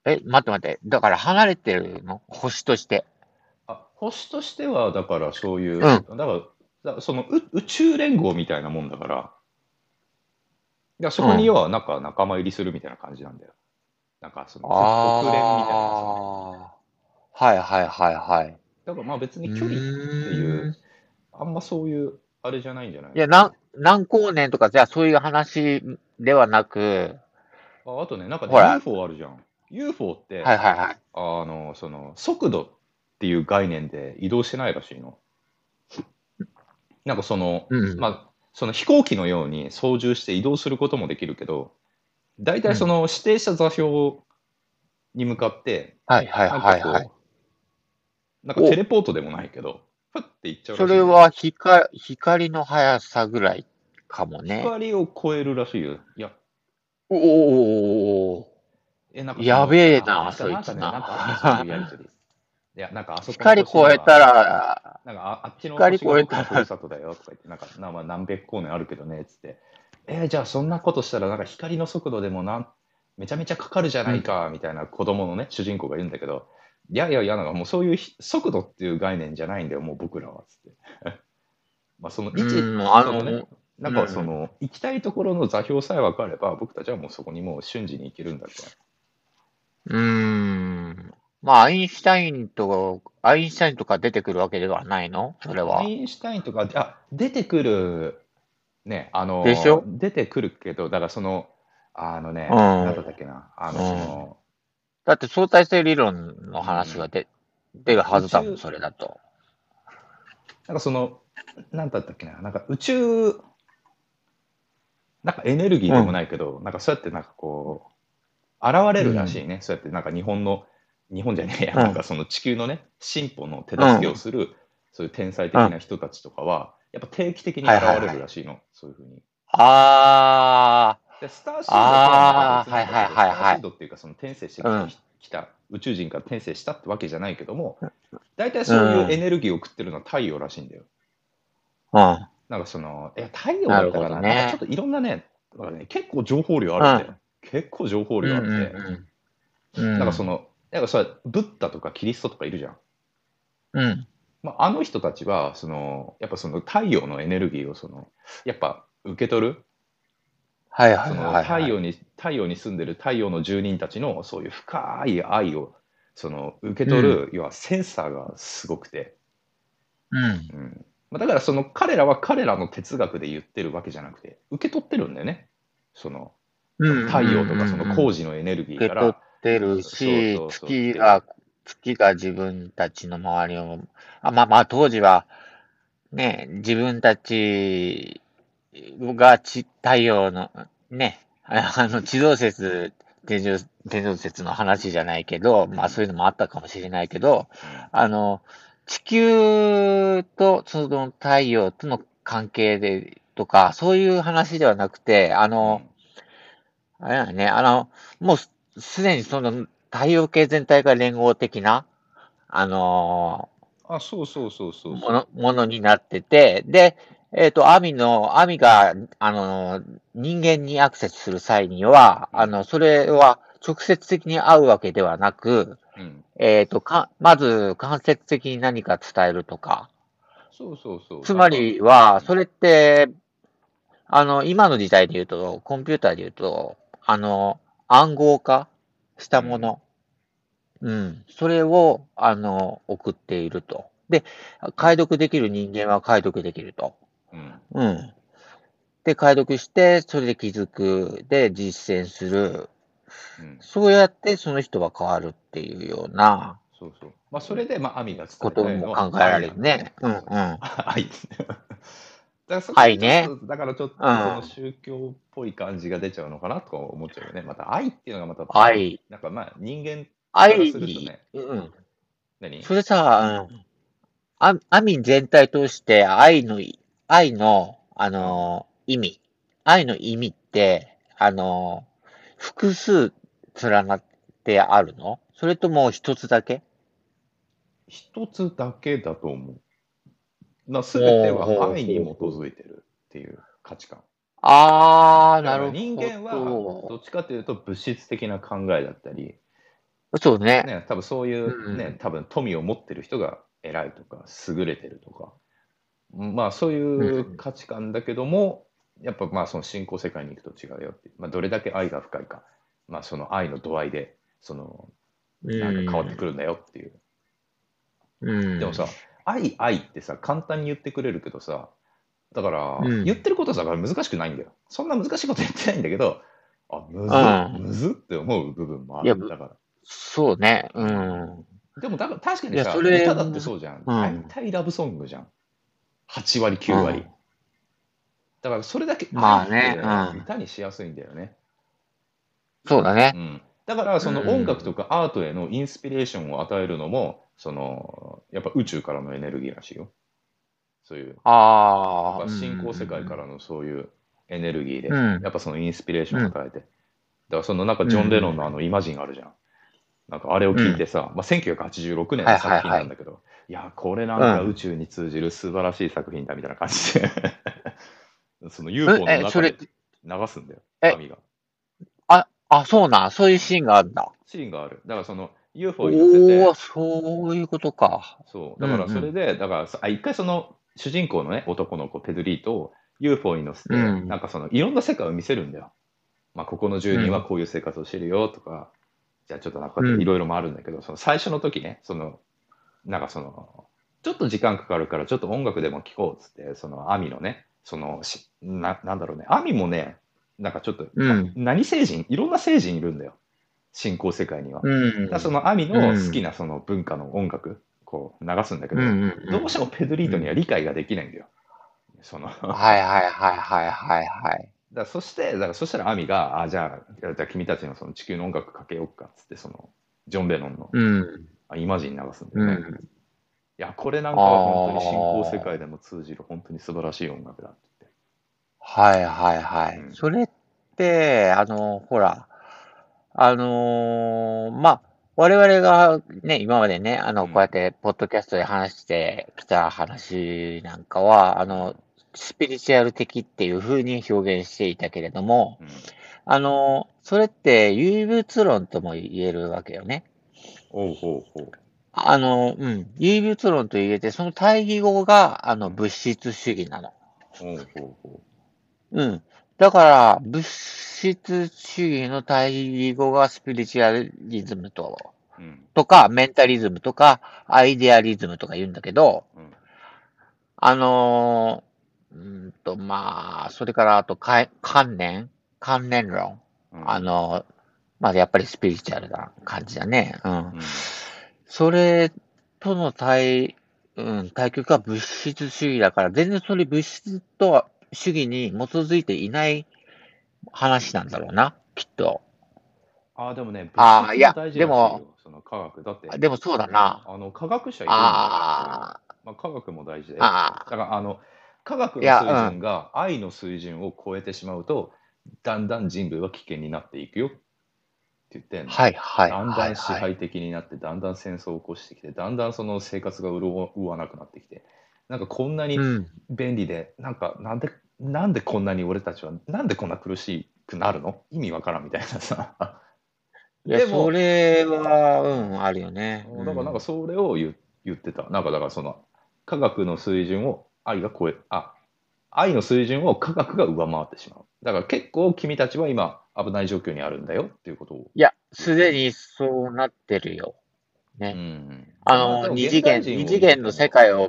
待って待って。だから離れてるの星として。 星としては、だからそういう、 うん。 だからその宇宙連合みたいなもんだから、そこに要うん。 はなんか仲間入りするみたいな感じなんだよ。なんかその国連みたいなさ。 ああ。はいはいはいはい。 だからまあ別うに距離っていう、 ーん。 あんまそういう、あれじゃないんじゃないいや、 のかな。 何光年とか、じゃあそういう話ではなく、 あとね、なんかね、 ほら、 UFO あるじゃん。UFO って、 はいはいはい。 その、速度っていう概念で移動してないらしいの。なんかその、 うん。 その飛行機のように操縦して移動することもできるけど、大うん。 体その指定した座標に向かって、 はいはいなんかはいはい。 こう、なんかテお、 レポートでもないけど、ふって行っちゃうらしいんだよ。 それは光の速さぐらいかもね。 光を超えるらしいよ。いや、 おお、 なんかそやの、 べえな、そいつなんかね、なんかあった、そういうな。 やりとり。いや、なんかあそこの光超えた星には、 ら、 なんかあっちの光星が超えたら、 僕のふるさとだよとか言って、なんかまあ何百光年あるけどね、つって。じゃあそんなことしたら、なんか光の速度でもめちゃめちゃかかるじゃうん。 ないか、みたいな子供のね、主人公が言うんだけど、いやいやいや、なんかもうそういう速度っていう概念じゃないんだよ、もう僕らは、つって。まあそのう位置、 ん、 そのね、なんかそうん。 の、行きたいところの座標さえ分かれば、僕たちはもうそこにもう瞬時に行けるんだって。 うーん。まあ、アインシュタインとか出てくるわけではないのそれは。 アインシュタインとか、出てくる、ね、 でしょ？ 出てくるけど、だからその、 うん。 なんだったっけな、そうん。 の、 だって相対性理論のうん、 話が出るなんかはずだもん、 宇宙、 それだと。 なんかその、なんだったっけな、なんか宇宙、なんかエネルギーでもうん。 ないけど、なんかそうやってなんかこう、現れうん。 るらしいね。そうやってなんか日本じゃねえや、 うん。 なんかその地球のね、進歩の手助けをうん。 する、そういう天才うん。 的な人たちとかは、やっぱ定期的に現れはいはいはい。 るらしいの。そういうふうに。 あで、スターあ、 シードとはまたああ、 別なはいはいんだけど、スターシーはいはい。 ドっていうか、その転生してうん。 きた宇宙人から転生したってわけじゃないけども、大体うそういうエん。 ネルギーを送ってるのは太陽らしいんだよ。 うん。 なんかその、太陽だなるほったかな、なんかちょっどね。 といろんなね、なんかね結構情報量あるんで、 うん。 結構情報うんう量あって、 んうん。うん。 なんかその、なんかそれ、ブッダとかキリストとかいるじゃん。 うん。 あの人たちは、その、やっぱその太陽のエネルギーをその、やっぱ受け取る、 はいはいそのはいはい。 太陽に住んでる太陽の住人たちのそういう深い愛を、その受け取うん。 る、要はセンサーがすごくて、 うん。 うん。だからその彼らは彼らの哲学で言ってるわけじゃなくて、受け取ってるんだよね。その、 うんうん太陽とかそのうんうん。 工事のエネルギー受け取っから、 てるそうし、 そうそう、来てる。 月が自分たちの周りを、まあまあ当時はね、自分たちが太陽の、ね、地動説、天動説の話じゃないけど、まあそういうのもあったかもしれないけど、 うん。 あの、地球とその太陽との関係でとか、そういう話ではなくて、 うん。 あれだね、もうすでにその太陽系全体が連合的な、あのそうそうそうそうそう。 ものになってて、で、アミが、人間にアクセスする際には、 うん。 それは直接的に会うわけではなく、 うん。 まず間接的に何か伝えるとか。 そうそうそう。 つまなんか、 りは、 うん。 それって、今の時代で言うと、コンピューターで言うと、暗号化したもうん。 の。うん。それを、送っていると。で、 うん。 解読できる人間は解読できると。 うん。 うん。で、解読して、それで気づく。で、実践する。 うん。 そうやってその人は変わるっていうようなそうそう。それで、アミが伝ことえたいのはも考えら愛れるね。 なんだよね。 うんうそうそう。 ん。 愛。だからそこでちょっはいね。 と、だからちょっうとそのん。 宗教っぽい感じが出ちゃうのかなとか思っちゃうよね。また愛っていうのがまたね、 愛。 なんか人間からすると愛、 ね、 うん。 何それさ、うん。アミン全体通して愛の、 うん。 意味。愛の意味って、複数連なってあるのそれとも一つだけ？ 一つだけだと思う。 ほ全てうほうは愛に基ほうほう。 づいてるっていう価値観。 あー、なだからるほ人間はどど。 っちかというと物質的な考えだったり、 そうね。 ね、多分そういうね、多分富を持ってる人が偉いとか、優れてるとか、まあそういう価値観だけども、やっぱまあその信仰世界に行くと違うよっていう、まあどれだけ愛が深いか、まあその愛の度合いで、なんか変わってくるんだよっていう。でもさ、愛ってさ、簡単に言ってくれるけどさ、だから、言ってることさ、難しくないんだよ。そんな難しいこと言ってないんだけど、むずって思う部分もあいや、 る。だから。 そうね。 でも、だから確かいや、そにさ、 れ、 歌だってそうじゃん。大体ラブソングじゃん。8割、9割。 うん。 だからそれだけ愛っまあね、 て歌にしやすいんだよね。 そうだね。 うん。だからその音楽とうん。 かアートへのインスピレーションを与えるのも、やっぱ宇宙からのエネルギーらしいよ。そういう、やっああ、 ぱ信仰世界からのそういうエネルギーで、 うん。 やっぱそのインスピレーションうん。 を与えて。だからそのなんかうジョン・レノンのん。 イマジンあるじゃん。なんかあれをうん。 聞いてさ、まあ、1986年はいの作はいはい。 品なんだけど、いや、これなうん。 んか宇宙に通じる素晴らしい作品だみたいな感じでその UFO の中でそれって、 流すんだよ、アえ、 ミが。 そうなん、そういうシーンがあるんだ。 シーンがある。だからその UFO に乗せおー、 て、 そういうことか。 そう、 うんだからそうん。 れで、だから一回その主人公のね、男の子、ペドリートを UFO に乗せて、なうん。 んかそのいろんな世界を見せるんだよ。まあ、ここの住人はうん。 こういう生活をしてるよとか、じゃあちょっとなんかうん。 いろいろもあるんだけど、その最初の時ね、なんかちょっと時間かかるからちょっと音楽でも聴こうっつって、そのアミのね、なんだろうね、アミもね、なんかちょっと、 うん。 何星人いろんな星人いるんだよ。信仰世界には。 うだからそん。 のアミの好きうん。 なその文化の音楽、こう流すんだけうん。 ど、 うん。 どうしてもペドリートにはうん。 理解ができないんだよ。 はいはいはいはいはいはい。 そしたらアミが、じゃあ君たちのその地球の音楽かけようかっつって、ジョン・レノンのうん。 イマジン流すんだよね。 うん。 いや、これなんかは本当にあ信仰世界であ。 も通じる本当に素晴らしい音楽だって言って。 はいはいはい。 うん。 それって、ほら、まあ、我々がね、今までね、こうやうん。 ってポッドキャストで話してきた話なんかは、 うん。 スピリチュアル的っていう風に表現していたけれども、 うん。 それって唯物論とも言えるわけよね。 おうほうほ唯物論と言えて、その対義語が、 う。うん。 物質主義なの。 おうほうほうん。だから、物質主義の対義語がスピリチュアリズムう。うん。 とか、メンタリズムとか、アイデアリズムとか言うんだけど、 うん。 あのまあ、それからあと、観念論。 うん。 あのまあ、やっぱりスピリチュアルな感じだね。うん。 うん。 それとの対極は物質主義だから、全然それ物質とは主義に基づいていない話なんだろうな、きっと。 ああ、でもね、物ああ、いや、 質も大事でも、 らしいよ、その科学。だって、 でもそうだな。 科学者いるんだよ、そういう。 あまあ、科学も大事だあ、 よ。 ああ、 だから、科学いや、 の水準が愛の水準を超えてしまうと、だんだん人類は危険になっていくよって言ってんの。 はいはいだんだん支はいはい。 配的になって、だんだん戦争を起こしてきて、だんだんその生活が潤わなくなってきて、なんかこんなにうん。 便利で、なんでこんなに俺たちは、なんでこんな苦しくなるの意味わからんみたいなさ。 いや、そでも、 れは、 うん。 あるよね。うだからなんかん。 それを言ってた。なんかだから科学の水準を愛の水準を科学が上回ってしまう。だから結構君たちは今危ない状況にあるんだよっていうことをいや、 言ってる。 すでにそうなってるよ。 うね。 ん。まあでも二次元の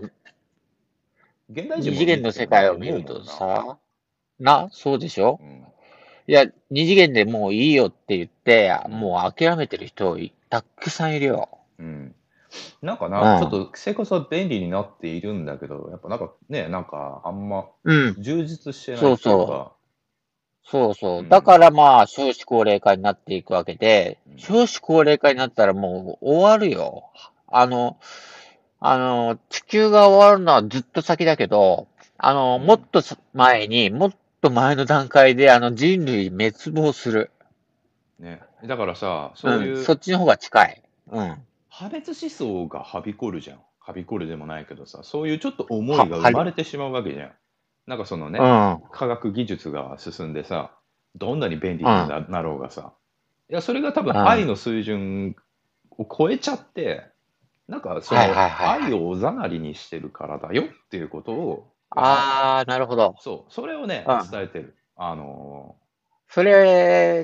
現代人二次元のもいいって世界を見ると思うもんな。 さ、そうでしょ？ うん。 いや、二次元でもういいよって言って、 うん。 もう諦めてる人たくさんいるよ。 うん。なんかな、ちょっうん。 と生活は便利になっているんだけど、やっぱなんかね、なんかあんまうん。 充実してないっそうそう。 ていうか、 そうそう。だうん。 からまあ、少子高齢化になっていくわけで、 うん。 少子高齢化になったらもう終わるよ。あの、地球が終わるのはずっと先だけど、もっうん。 ともっと前の段階で人類滅亡する。 ね。だからさ、 うん。そっちの方が近い。うん。 破滅思想がはびこるじゃん。はびこるでもないけどさ、そういうちょっと思は、 いが生はり、 まれてしまうわけじゃん。なんかそのね、 うん。うん。 科学技術が進んでさ、どんなに便利になろうがさ、いや、それが多分愛の水準を超えちゃって、なんかその愛をおざなりにしてるからだよっていうことを、 ああ、なるほど。 そう、それをね、伝えてる。 それ、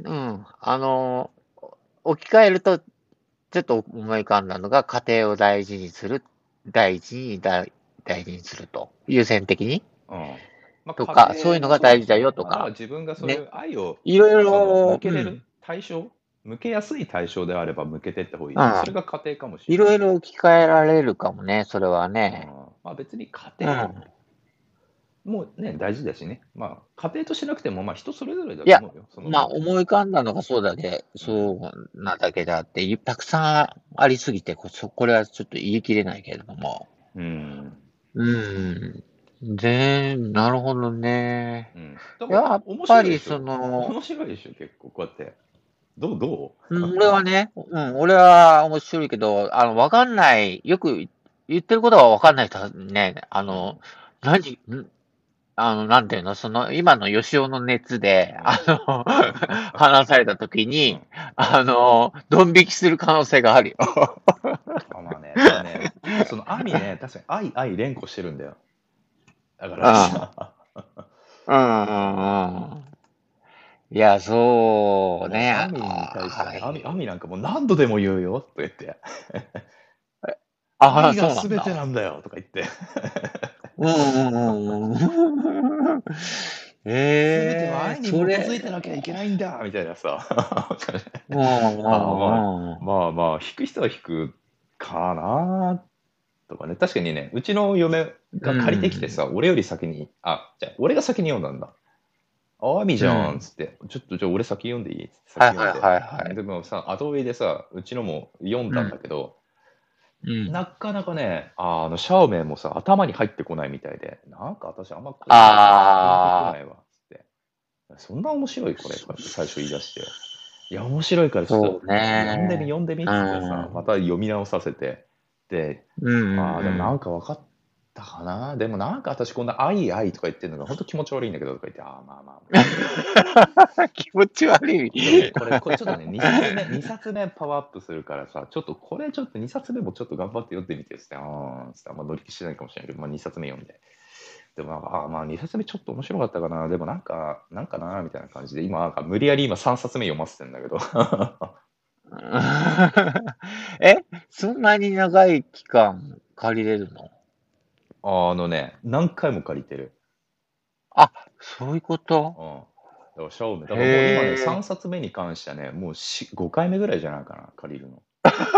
置き換えると、ちょっと思い浮かんだのが、家庭を大事にする、大事にすると。優先的にとか、そういうのが大事だよとだからか。 自分がそういう愛を、 いろいそのろ、 向けれる対象、向けやすい対象であれば向けてって方がいいし、それが家庭かもしれない。 いろいろ置き換えられるかもね、それはね。 まあ別に家庭もね、大事だしね。まあ家庭としなくても、まあ人それぞれだと思うよ。 まあ思い浮かんだのがそうなだけであって、たくさんありすぎて、これはちょっと言い切れないけれども。なるほどね。やっぱり面白いでしょ、結構こうやって。どう俺は面白いけど、わかんない、よく言ってることはわかんない人ね、なんていうの、今の吉尾の熱で、話されたときに、ドン引きする可能性があるよ。 まあね、ただね、結構そのアミね、確かに愛連呼してるんだよ。だからさ。 いや、そうね。 アミに対して、アミなんかもう何度でも言うよと言って。愛が全てなんだよとか言って。全ては愛に基づいてなきゃいけないんだみたいなさ。まあ、引く人は引くかなとかね。確かにね、うちの嫁が借りてきてさ、俺より先に、じゃあ俺が先に読んだんだ。アミじゃんっつって、ちょっとじゃあ俺先読んでいいっつって先読んで。でもさ、後追いでさ、うちのも読んだんだけど、なかなかね、シャオメイもさ、頭に入ってこないみたいで、なんか私あんまこれ、ピンとこないわ、つって。そんな面白いこれ、って最初言い出して。いや、面白いからちょっと、読んでみ、っつってさ、また読み直させて。で、でもなんか分かったかな。でもなんか私こんな愛とか言ってるのが本当気持ち悪いんだけどとか言って、まあ。 気持ち悪い。 これちょっとね、2冊目パワーアップするからさ、ちょっと2冊目もちょっと頑張って読んでみてっつって、つってあんま乗り気しないかもしれないけど、2冊目読んで。でもなんか、2冊目ちょっと面白かったかな。でもなんかな、みたいな感じで、今、無理やり3冊目読ませてんだけど。 そんなに長い期間借りれるの？ 何回も借りてる。 そういうこと？ だからシャオメイ。だからもう今ね、3冊目に関してはね、もう5回目ぐらいじゃないかな、借りるの。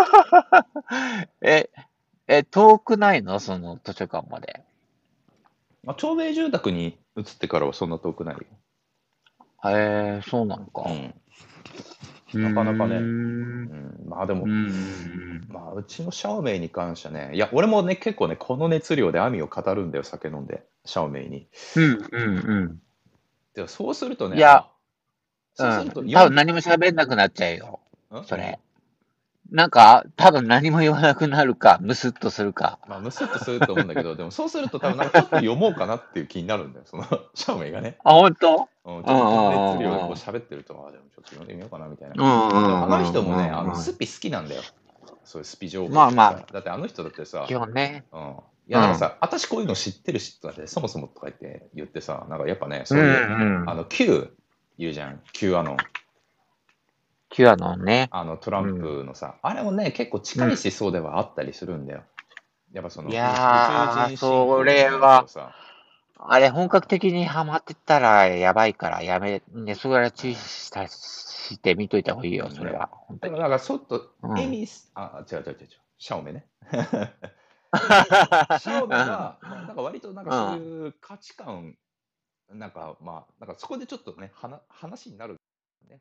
遠くないの？その図書館まで。 町営住宅に移ってからはそんな遠くないよ。 そうなのか。 なかなかね。まあでも、うちのシャオメイに関してはね、いや、俺もね、結構ね、この熱量でアミを語るんだよ、酒飲んで、シャオメイに。でもそうするとね、 そうすると、多分何も喋んなくなっちゃうよ。それ。なんか、多分何も言わなくなるか、ムスッとするか。 ムスッとすると思うんだけど、でもそうすると多分なんかちょっと読もうかなっていう気になるんだよ、そのシャオメイがね。 本当？ ちょっと熱量でこう喋ってると、でもちょっと読んでみようかなみたいな。あの人もね、スピ好きなんだよ。そういうスピ情報。だってあの人だってさ、 基本ね。 いや、なんかさ、私こういうの知ってるしとかって、そもそもとか言ってさ、なんかやっぱね、そういう、Q 言うじゃん、Q アノン。 Q アノンね。 トランプのさ、あれもね、結構近い思想ではあったりするんだよ。やっぱその、 いやー、それは、あれ本格的にハマってったらやばいからそれは注意して見といた方がいいよ、それは。 だからちょっと、違う、シャオメね。シャオメは、なんか割となんかそういう価値観、なんかそこでちょっとね、話になるね。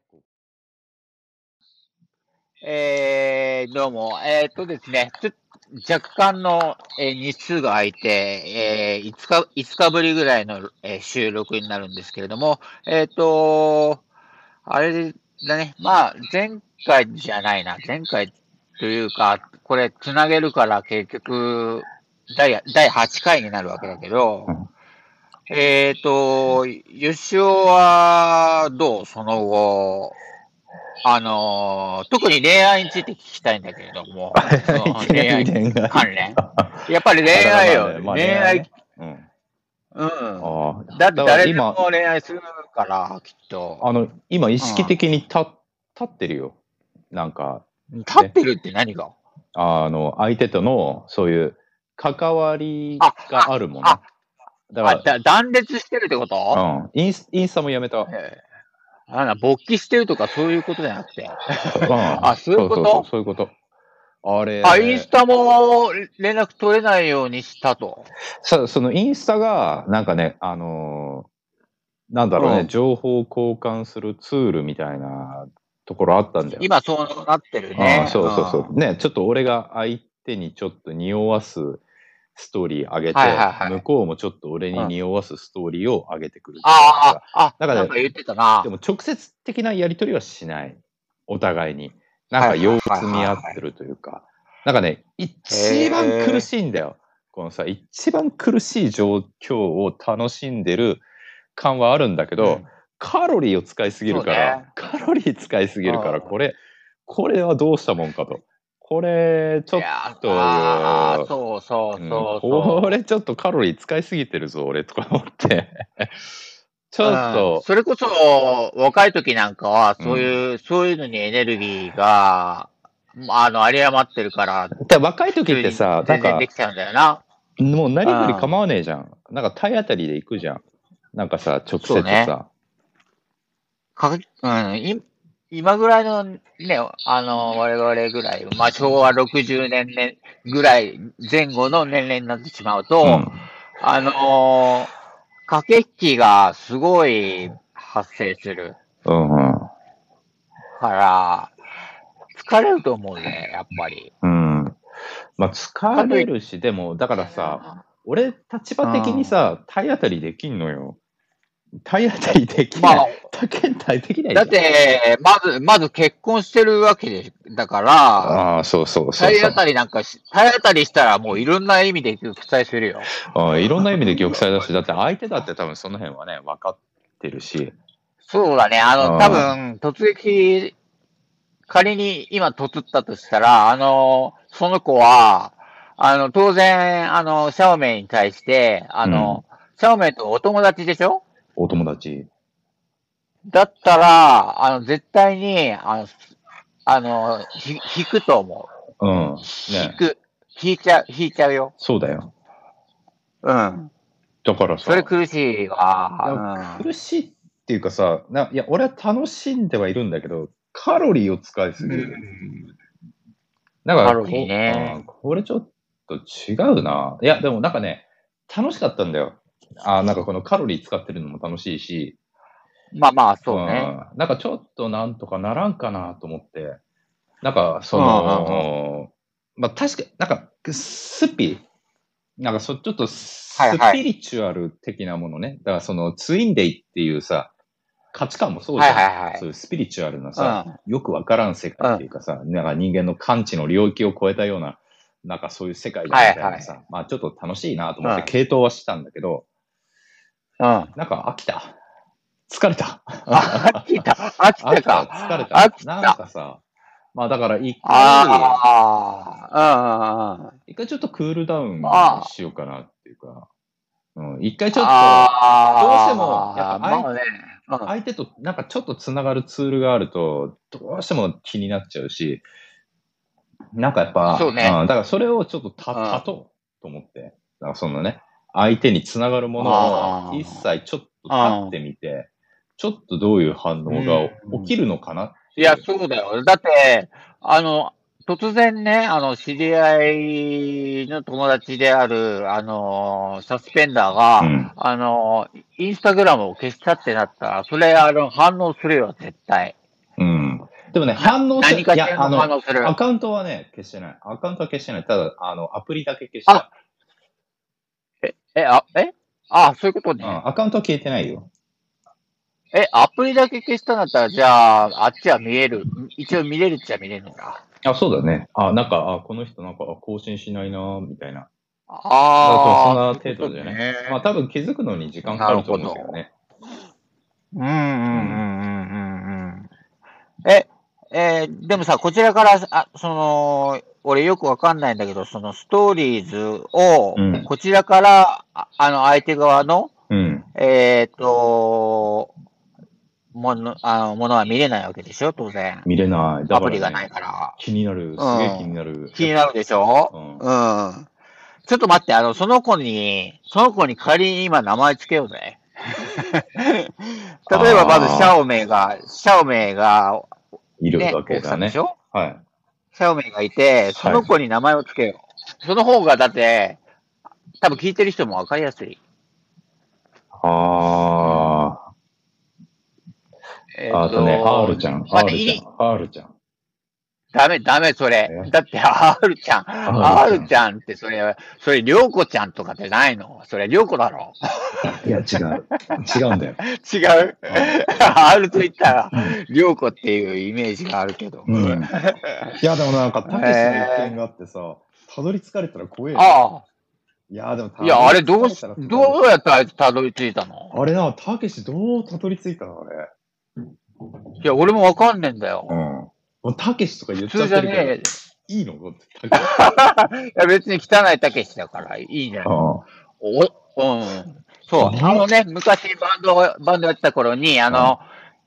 どうも。ですね、若干の、日数が空いて、5日ぶりぐらいの、収録になるんですけれども、あれだね、前回じゃないな、前回というか、これ、つなげるから結局、第8回になるわけだけど、吉尾は、どうその後、 特に恋愛について聞きたいんだけれども、 いきなり恋愛関連。やっぱり恋愛よ。 まあ恋愛、 ね。うん。 だって誰でも恋愛するから、きっと。 今意識的に立ってるよ。なんか。 立ってるって何が？ 相手との、そういう、関わりがあるもの。 だから断絶してるってこと？ インスタもやめた。 勃起してるとかそういうことじゃなくて。そういうこと？ そういうこと。 インスタも連絡取れないようにしたと。 そのインスタが、なんかね、なんだろうね、情報交換するツールみたいなところあったんだよ。 今そうなってるね。 そう。ね、ちょっと俺が相手にちょっと匂わすストーリー上げて、向こうもちょっと俺に匂わすストーリーを上げてくる。 だからなんか言ってたな。 でも直接的なやり取りはしない。お互いに。なんか様子見合ってるというか。なんかね、一番苦しいんだよ。このさ、一番苦しい状況を楽しんでる感はあるんだけど、カロリーを使いすぎるから、これはどうしたもんかと。これ、ちょっと、これちょっとカロリー使いすぎてるぞ、俺、とか思って。ちょっと、 それこそ、若い時なんかは、そういうのにエネルギーが、有り余ってるから。 若い時ってさ、 全然できちゃうんだよな。 もう何より構わねえじゃん。なんか体当たりで行くじゃん。なんかさ、直接さ。 今ぐらいのね、我々ぐらい、昭和60年ぐらい前後の年齢になってしまうと、駆け引きがすごい発生する。から、疲れると思うね、やっぱり。 疲れるし、でも、だからさ、俺、立場的にさ、体当たりできんのよ。体当たりできない。できない。 だって、まず結婚してるわけだから、 そう。 体当たりしたらもういろんな意味で玉砕するよ。 いろんな意味で玉砕だし、だって相手だって多分その辺はね、分かってるし。 そうだね、多分、突撃、仮に今突ったとしたら、その子は、当然、シャオメイに対して、シャオメイとお友達でしょ？ お友達。 だったら、絶対に、引くと思う。引いちゃうよ。 そうだよ。だからさ。 それ苦しいわ。 苦しいっていうかさ、いや、俺は楽しんではいるんだけど、カロリーを使いすぎる。だから、これちょっと違うな。いや、でもなんかね、楽しかったんだよ。なんかこのカロリー使ってるのも楽しいし。 そうね。 なんかちょっとなんとかならんかなと思って。なんか、確かに、なんか、なんかちょっとスピリチュアル的なものね。だからツインデイっていうさ、価値観もそうじゃん。そういうスピリチュアルなさ、よくわからん世界っていうかさ、なんか人間の感知の領域を超えたような、なんかそういう世界だみたいなさ、ちょっと楽しいなと思って傾倒はしたんだけど、なんか飽きた。疲れた。 飽きたか。 疲れた。なんかさ、だから一回ちょっとクールダウンしようかなっていうか、一回ちょっと、どうしても、やっぱ相手となんかちょっとつながるツールがあると、どうしても気になっちゃうし、なんかやっぱ、だからそれをちょっと立とうと思って、だからそのね、相手につながるものを一切ちょっと立ってみて、ちょっとどういう反応が起きるのかな。 いや、そうだよ。だって、突然ね、知り合いの友達である、サスペンダーが、インスタグラムを消したってなったら、それ、反応するよ、絶対。 でもね、反応する。 何かしら反応する。 アカウントはね、消してない。アカウントは消してない。ただ、アプリだけ消した。 そういうことね。 アカウントは消えてないよ。 アプリだけ消したんだったら、じゃあ、あっちは見える。一応見れるっちゃ見れるのか。 そうだね。なんか、この人なんか更新しないなみたいな。そんな程度じゃない。多分気づくのに時間かかると思うんですよね。 でもさ、こちらから、俺よくわかんないんだけど、そのストーリーズを、こちらから、相手側の、ものは見れないわけでしょ、当然。 見れない。 アプリがないから。 気になる。すげえ気になる。 気になるでしょ。ちょっと待って、その子に仮に今名前つけようぜ。例えばまずシャオメイが、 いるわけだね。 でしょ。 はい。 シャオメイがいて、その子に名前をつけよう。その方がだって、多分聞いてる人もわかりやすい。 あとね、R ちゃん。R ちゃん。 ダメ、それ。だって、R ちゃんって、それ、りょうこちゃんとかってないの？それ、りょうこだろ。 いや、違うんだよ。 違う。R と言ったら、りょうこっていうイメージがあるけど。 いや、でもなんか、たけしの一件があってさ、たどり着かれたら怖えよ。いや、でも、 あれどうやってあいつたどり着いたの？ あれな、たけしどうたどり着いたのあれ。 いや、俺もわかんねえんだよ。 もうたけしとか言っちゃってるけど、いいの？ いや、別に汚いたけしだからいいんじゃない？そう。昔バンドやってた頃に、汚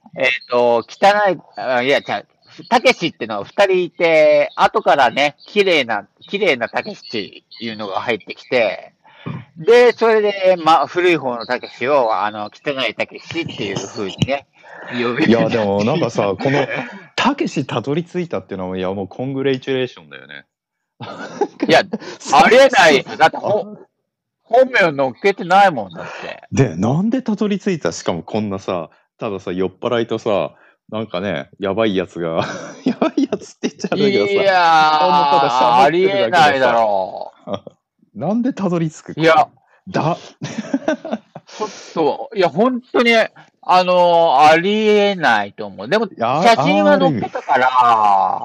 い、いや、たけしってのは二人いて、後からね、綺麗なたけしっていうのが入ってきて、で、それで、古い方のたけしを、汚いたけしっていう風にね、 いや、でもなんかさ、この、たけしたどり着いたっていうのは、いや、もうコングレイチュレーションだよね。 いや、ありえない。だって、本名乗っけてないもんだって。 で、なんでたどり着いた？しかもこんなさ、たださ、酔っ払いとさ、なんかね、やばいやつが、やばいやつって言っちゃうんだけどさ、 いやー、ありえないだろう。なんでたどり着く？ いや、ちょっと、いや、本当に、ありえないと思う。でも、写真は載っけたから、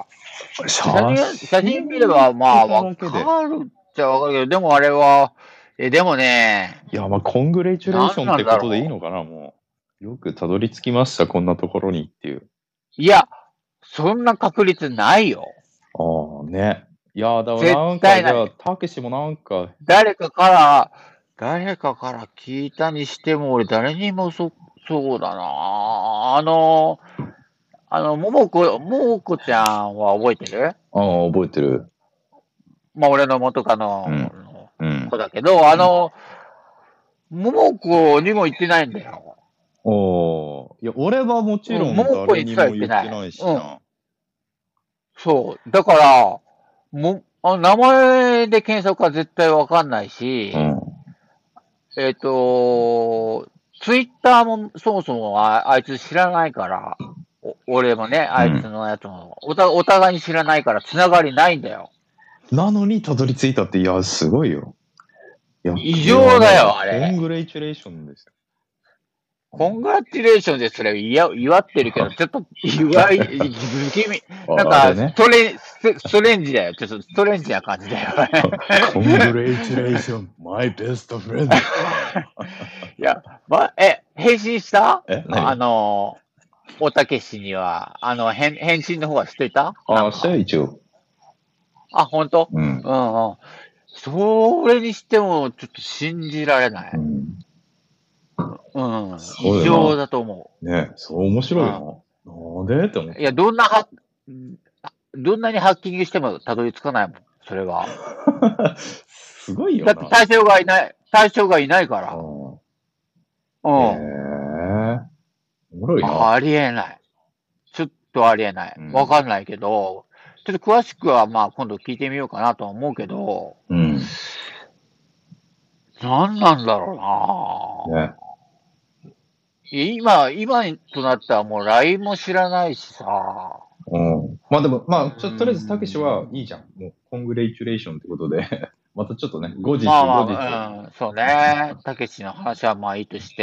写真見れば、わかるっちゃわかるけど、でもあれは、でもね。 いや、コングレチュレーションってことでいいのかな、もう。よくたどり着きました、こんなところにっていう。 いや、そんな確率ないよ。 ね。いや、だからなんか、じゃあ、たけしもなんか。 誰かから聞いたにしても、俺誰にもそうだな。ももこちゃんは覚えてる？ 覚えてる。 俺の元カノの子だけど、ももこにも言ってないんだよ。 いや、俺はもちろん誰にも言ってないしな。 そう。だから、名前で検索は絶対わかんないし、ツイッターもそもそもあいつ知らないから、俺もね、あいつのやつも、お互いに知らないから繋がりないんだよ。 なのにたどり着いたって、いや、すごいよ。 異常だよ、あれ。 コングレチュレーションですよ。 コングラチュレーションでそれ祝ってるけど、ちょっと不気味。なんか、ストレンジだよ。ちょっとストレンジな感じだよ。 コングレチュレーション、マイベストフレンド。 いや、返信した？おたけしには、返信の方はしてた？ したよ、一応。 本当？それにしても、ちょっと信じられない。異常だと思う。 ね、そう面白いな。なんでって思って。 いや、どんなにハッキングしてもたどり着かないもん、それは。 すごいよな。 だって対象がいないから。 おもろいな。 ありえない。ちょっとありえない。わかんないけど、ちょっと詳しくは今度聞いてみようかなとは思うけど、何なんだろうな。今となってはもう LINE も知らないしさ。 でも、とりあえず、たけしはいいじゃん。もう、コングレチュレーションってことで、またちょっとね、後日。 そうね。たけしの話はいいとして、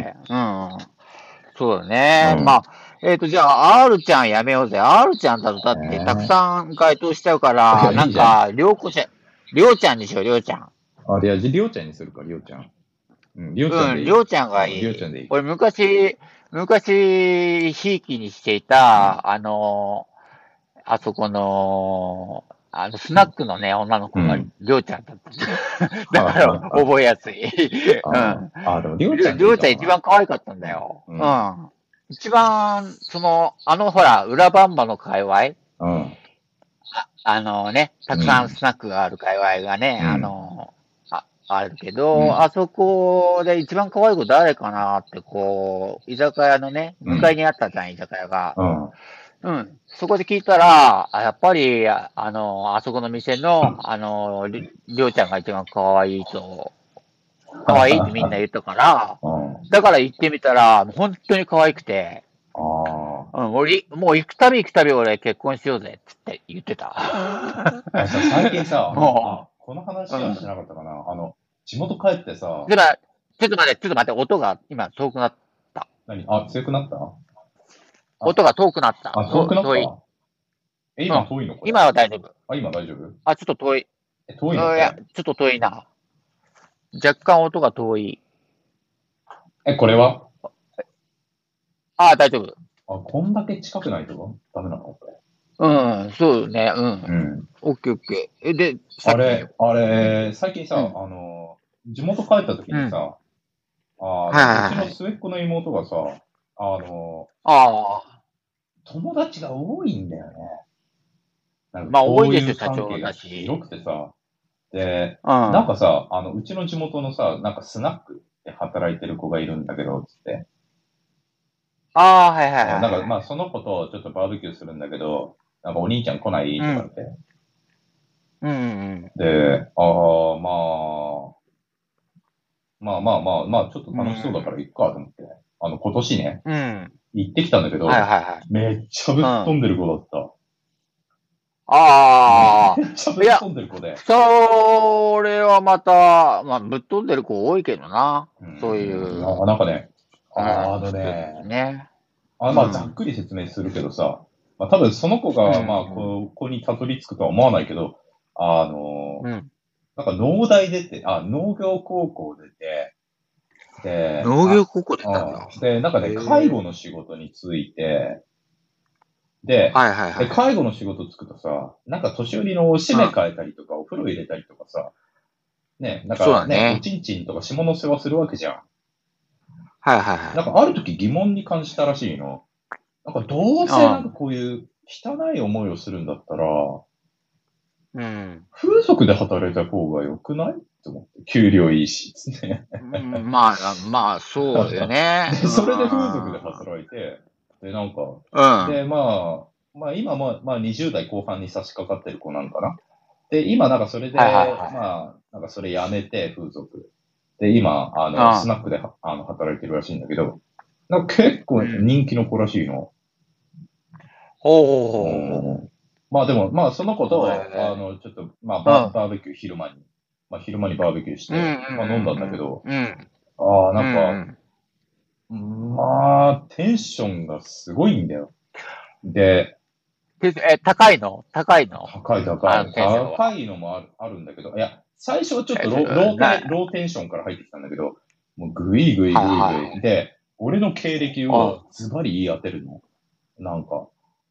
そうだね。じゃあ、R ちゃんやめようぜ。R ちゃんだとだってたくさん該当しちゃうから、なんか、りょうちゃんにしよう、りょうちゃん。 じゃあ、りょうちゃんにするか、りょうちゃん。 りょうちゃんがいい。俺、昔、ひいきにしていた、 あそこの、スナックのね、女の子が、りょうちゃんだった。だから、覚えやすい。 でも、りょうちゃんりょうちゃん一番可愛かったんだよ。一番、ほら、裏バンバの界隈たくさんスナックがある界隈がね、あるけど、あそこで一番可愛い子誰かなって、居酒屋のね、向かいにあったじゃん、居酒屋が。そこで聞いたら、やっぱり、あそこの店の、りょうちゃんが一番可愛いってみんな言ったから、だから行ってみたら、本当に可愛くて、もう行くたび俺結婚しようぜって言ってた。 最近さ、この話はしなかったかな。地元帰ってさ。 ちょっと待って、音が今遠くなった。 強くなった音が遠くなった。 遠くなった今遠いの今は大丈夫。 今大丈夫ちょっと遠い。 遠いのいや、ちょっと遠いな。若干音が遠い。 これは大丈夫。 こんだけ近くないとダメなのこれ。 そうね、オッケーオッケー。で、 最近さ、地元帰った時にさ、うちの末っ子の妹がさ、友達が多いんだよね。 多いですよ、社長だし。 広くてさ、で、なんかさ、うちの地元のさ、なんかスナックで働いてる子がいるんだけど、つって。なんか、その子とちょっとバーベキューするんだけど、なんかお兄ちゃん来ないとかって。で、ちょっと楽しそうだから行くかと思って。今年ね、行ってきたんだけど、めっちゃぶっ飛んでる子だった。めっちゃぶっ飛んでる子で。 それはまた、ぶっ飛んでる子多いけどな。そういう。 なんかね、ざっくり説明するけどさ、多分その子が、ここにたどり着くとは思わないけど、なんか農大出て、農業高校出て、で、 農業高校出たんだ。 で、なんかね、介護の仕事について、で、介護の仕事つくとさ、なんか年寄りのおしめ変えたりとか、お風呂入れたりとかさ、なんかね、おちんちんとか下の世話するわけじゃん。なんかある時疑問に感じたらしいの。なんかどうせなんかこういう汚い思いをするんだったら、風俗で働いた方が良くないって思って。給料いいし、ね。 そうだよね。 それで風俗で働いて、で、なんか、で、今も、20代後半に差し掛かってる子なんかな。で、今なんかそれで、なんかそれやめて、風俗。で、今、スナックで働いてるらしいんだけど、なんか結構人気の子らしいの。でも、その子と、ちょっと、バーベキュー昼間に、昼間にバーベキューして、飲んだんだけど、なんか、テンションがすごいんだよ。で、 高いの高いの高いのもあるんだけど、いや、最初はちょっとローテンションから入ってきたんだけど、もうグイグイで、俺の経歴をズバリ言い当てるの。なんか。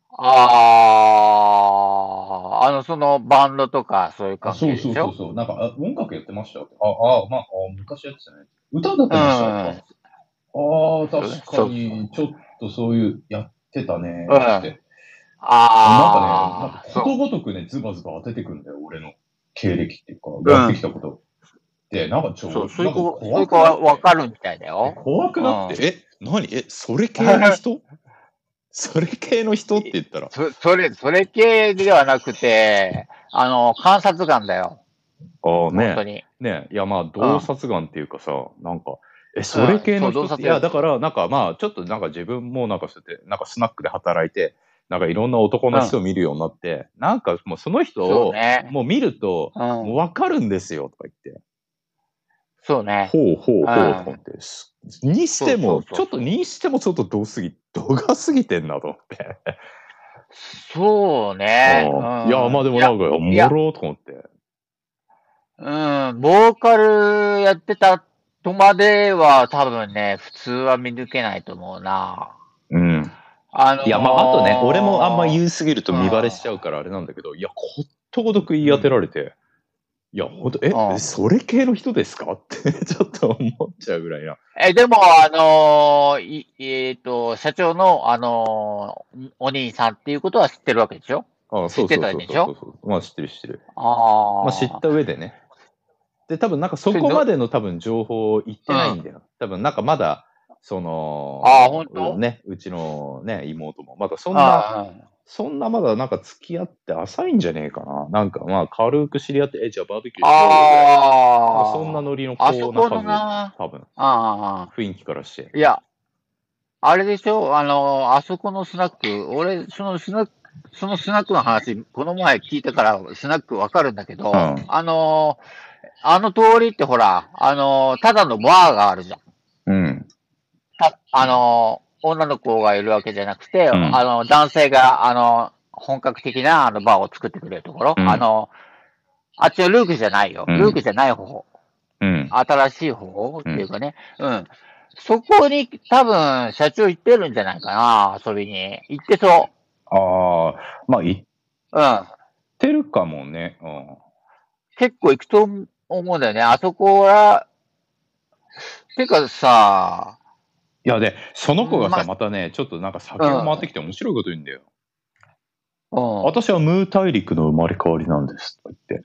そのバンドとかそういう感じでしょ。 そう。なんか、音楽やってましたって。昔やってたね。歌だってましたか。確かに、ちょっとそういう、やってたね。って。なんかね、ことごとくね、ズバズバ当ててくんだよ、俺の経歴っていうか、やってきたこと。で、なんかそういう子はわかるみたいだよ。 怖くなって、それ系の人それ系の人って言ったら。 それ系ではなくて、観察眼だよ。 本当に。ね、いや、洞察眼っていうかさ、なんか、それ系の人って、いや、だから、なんかちょっとなんか自分もなんかそうやって、なんかスナックで働いて、なんかいろんな男の人を見るようになって、なんかもうその人を、もう見ると、もうわかるんですよ、とか言って。 そうね。 ほうと思って。にしてもちょっと度が過ぎてんなと思って。 そうね。 いや、でもなんか、おもろと思って。 ボーカルやってたとまでは多分ね、普通は見抜けないと思うな。 いや、まあ、あとね、俺もあんま言いすぎると見バレしちゃうからあれなんだけど、いや、ことごとく言い当てられて、いや、ほんと、それ系の人ですかってちょっと思っちゃうぐらいな。 でも、社長の、お兄さんっていうことは知ってるわけでしょ？知ってたんでしょ？ まあ、知ってる。まあ、知った上でね。で、多分なんかそこまでの多分情報言ってないんだよ。多分なんかまだ、 本当？ ね、うちのね、妹も、まだそんなまだなんか付き合って浅いんじゃねえかな。なんかまあ軽く知り合って、じゃあバーベキューしようよぐらい。そんなノリの子なはず、多分。雰囲気からして。 いや、あれでしょ？あそこのスナック、俺、そのスナックの話、この前聞いたからスナックわかるんだけど、あの通りってほら、ただのバーがあるじゃん。 うん。 女の子がいるわけじゃなくて、男性が、本格的なバーを作ってくれるところ。あっちのルークじゃないよ。ルークじゃない方。新しい方っていうかね。そこに多分社長行ってるんじゃないかな、遊びに。行ってそう。 まあ行ってるかもね。 結構行くと思うんだよね。あそこは、てかさ、 いや、で、その子がさ、またね、ちょっとなんか先が回ってきて面白いこと言うんだよ。私はムー大陸の生まれ変わりなんですと言って。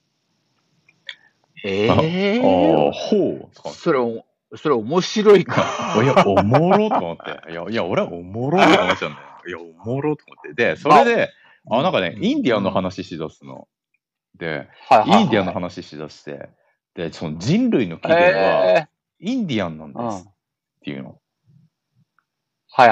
ほう。 それ面白いか。 いや、おもろと思って。いや、俺はおもろと思っちゃうんだよ。いや、おもろと思って。で、それで、なんかね、インディアンの話しだすの。で、インディアンの話しだして、で、その人類の起源は、インディアンなんですっていうの。ま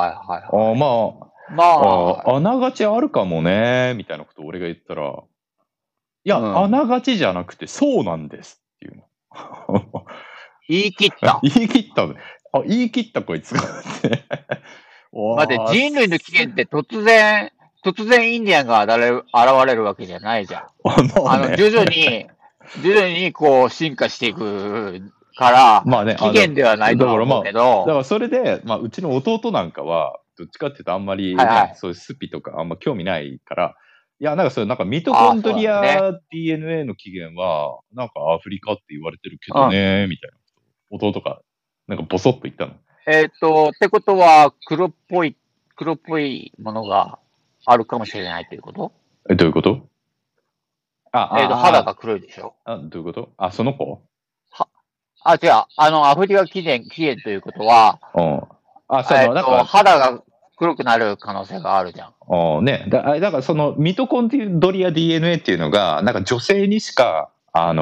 あ、あながちあるかもね、みたいなことを俺が言ったら、いや、あながちじゃなくて、そうなんですっていうの。 言い切った。 言い切ったこいつが。 待って、人類の起源って突然インディアンが現れるわけじゃないじゃん。徐々にこう進化していくから、まあね、起源ではないと思うけど。 だからそれで、まあ、うちの弟なんかは、どっちかっていうとあんまり、そういうスピとかあんま興味ないから、いや、なんかそういう、なんかミトコンドリア DNA の起源は、なんかアフリカって言われてるけどね、みたいな。弟が、なんかボソッと言ったの。 ってことは、黒っぽいものがあるかもしれないということ？ どういうこと？ 肌が黒いでしょ？ どういうこと？その子？ 違う。アフリカ起源ということは、肌が黒くなる可能性があるじゃん。 ね。だからそのミトコンドリア DNA っていうのが、なんか女性にしか、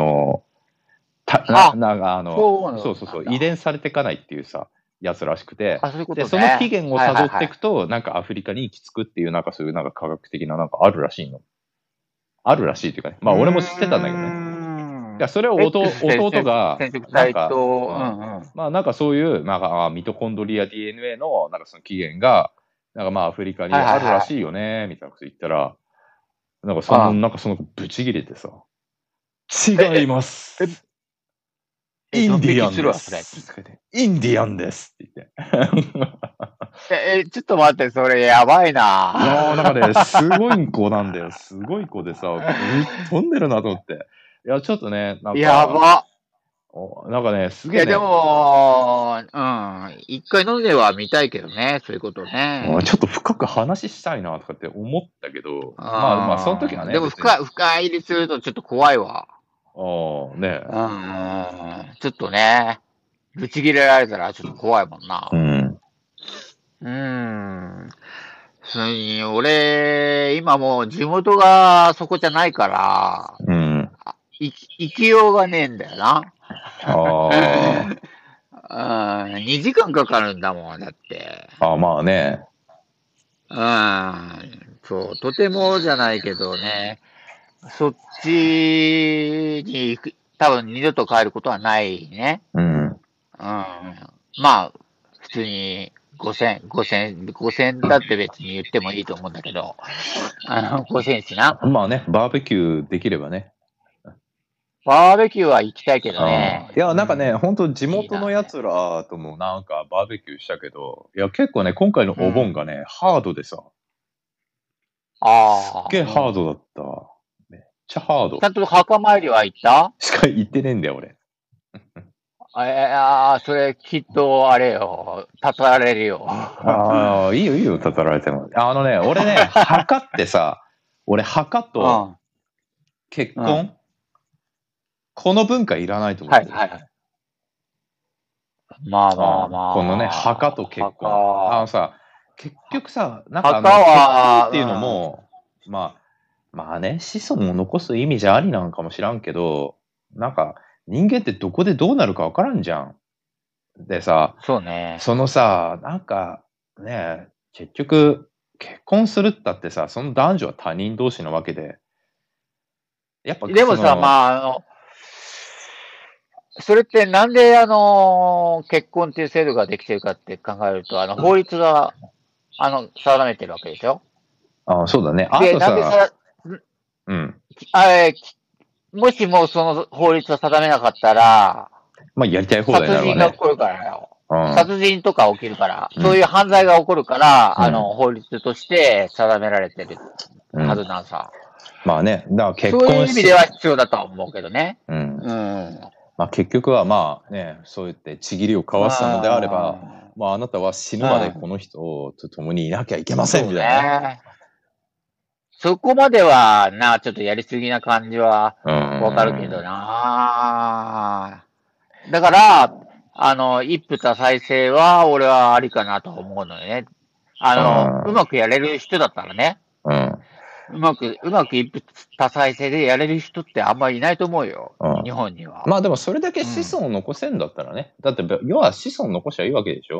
そう、遺伝されていかないっていうさ、やつらしくて、で、その起源を辿っていくと、なんかアフリカに行き着くっていう、なんかそういうなんか科学的ななんかあるらしいの。あるらしいっていうかね。まあ俺も知ってたんだけどね。いや、それを弟が、なんか、まあなんかそういう、なんかミトコンドリア DNA の、なんかその起源が、なんかまあアフリカにあるらしいよね、みたいなこと言ったら、なんかその子ブチ切れてさ、違います。インディアンです。インディアンですって言って。 ちょっと待って、それやばいな。 なんかね、すごい子なんだよ。すごい子でさ、ぶっ飛んでるなと思って。いや、ちょっとね、なんか。 やば。 なんかね、すげえ、ね。 いや、でも、一回飲んでは見たいけどね、そういうことね。 ちょっと深く話したいなとかって思ったけど、まあ、その時はね。 でも深入りするとちょっと怖いわ。 ね。 ちょっとね、ぶち切れられたらちょっと怖いもんな。それに、俺、今もう地元がそこじゃないから、行きようがねえんだよな。2時間かかるんだもん、だって。 まあね。 そう、とてもじゃないけどね、そっちに行く、多分二度と帰ることはないね。まあ、普通に5000だって別に言ってもいいと思うんだけど、5000しな。 まあね、バーベキューできればね。 バーベキューは行きたいけどね。 いや、なんかね、本当地元のやつらともなんかバーベキューしたけど、いや、結構ね、今回のお盆がね、ハードでさ。すっげえハードだった。めっちゃハード。 ちゃんと墓参りは行った？ しか行ってねえんだよ、俺。 それきっとあれよ、たたられるよ。 ああ、いいよ、たたられても。俺ね、墓ってさ、俺墓と結婚、この文化いらないと思ってる。はいはい。 まあ。 このね、墓と結婚。結局さ、なんか墓は結婚っていうのも、まあね、子孫を残す意味じゃありなんかもしらんけど、なんか人間ってどこでどうなるかわからんじゃん。でさ、 そうね。 そのさ、なんかね、結局結婚するったってさ、その男女は他人同士なわけで。やっぱでもさ、それってなんで結婚っていう制度ができてるかって考えると、法律が、定めてるわけでしょ？ そうだね。 で、なんでもしもその法律を定めなかったら、 やりたい放題になるわね。 殺人が起こるからよ。殺人とか起きるから、そういう犯罪が起こるから、法律として定められてるはずなんさ。 まあね、だから結婚そういう意味では必要だとは思うけどね。 結局はまあね、そう言ってちぎりを交わしたのであれば、あなたは死ぬまでこの人と共にいなきゃいけませんみたいなね。 そこまではちょっとやりすぎな感じはわかるけどな。だから、一夫多妻制は俺はありかなと思うのよね。うまくやれる人だったらね。うまく一夫多妻制でやれる人ってあんまりいないと思うよ。日本には。 まあでもそれだけ子孫を残せんだったらね。だって要は子孫残しゃいいわけでしょ。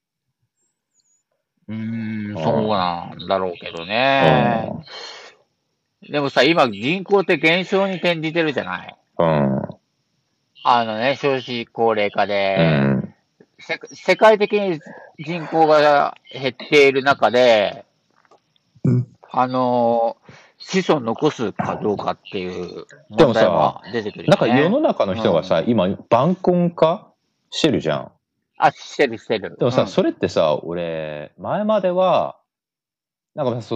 そうなんだろうけどね。でもさ、今人口って減少に転じてるじゃない。少子高齢化で、世界的に人口が減っている中で、子孫残すかどうかっていう問題が出てくるよね。 なんか世の中の人がさ、今、晩婚化してるじゃん。 してる。 でもさ、それってさ、俺、前までは、なんか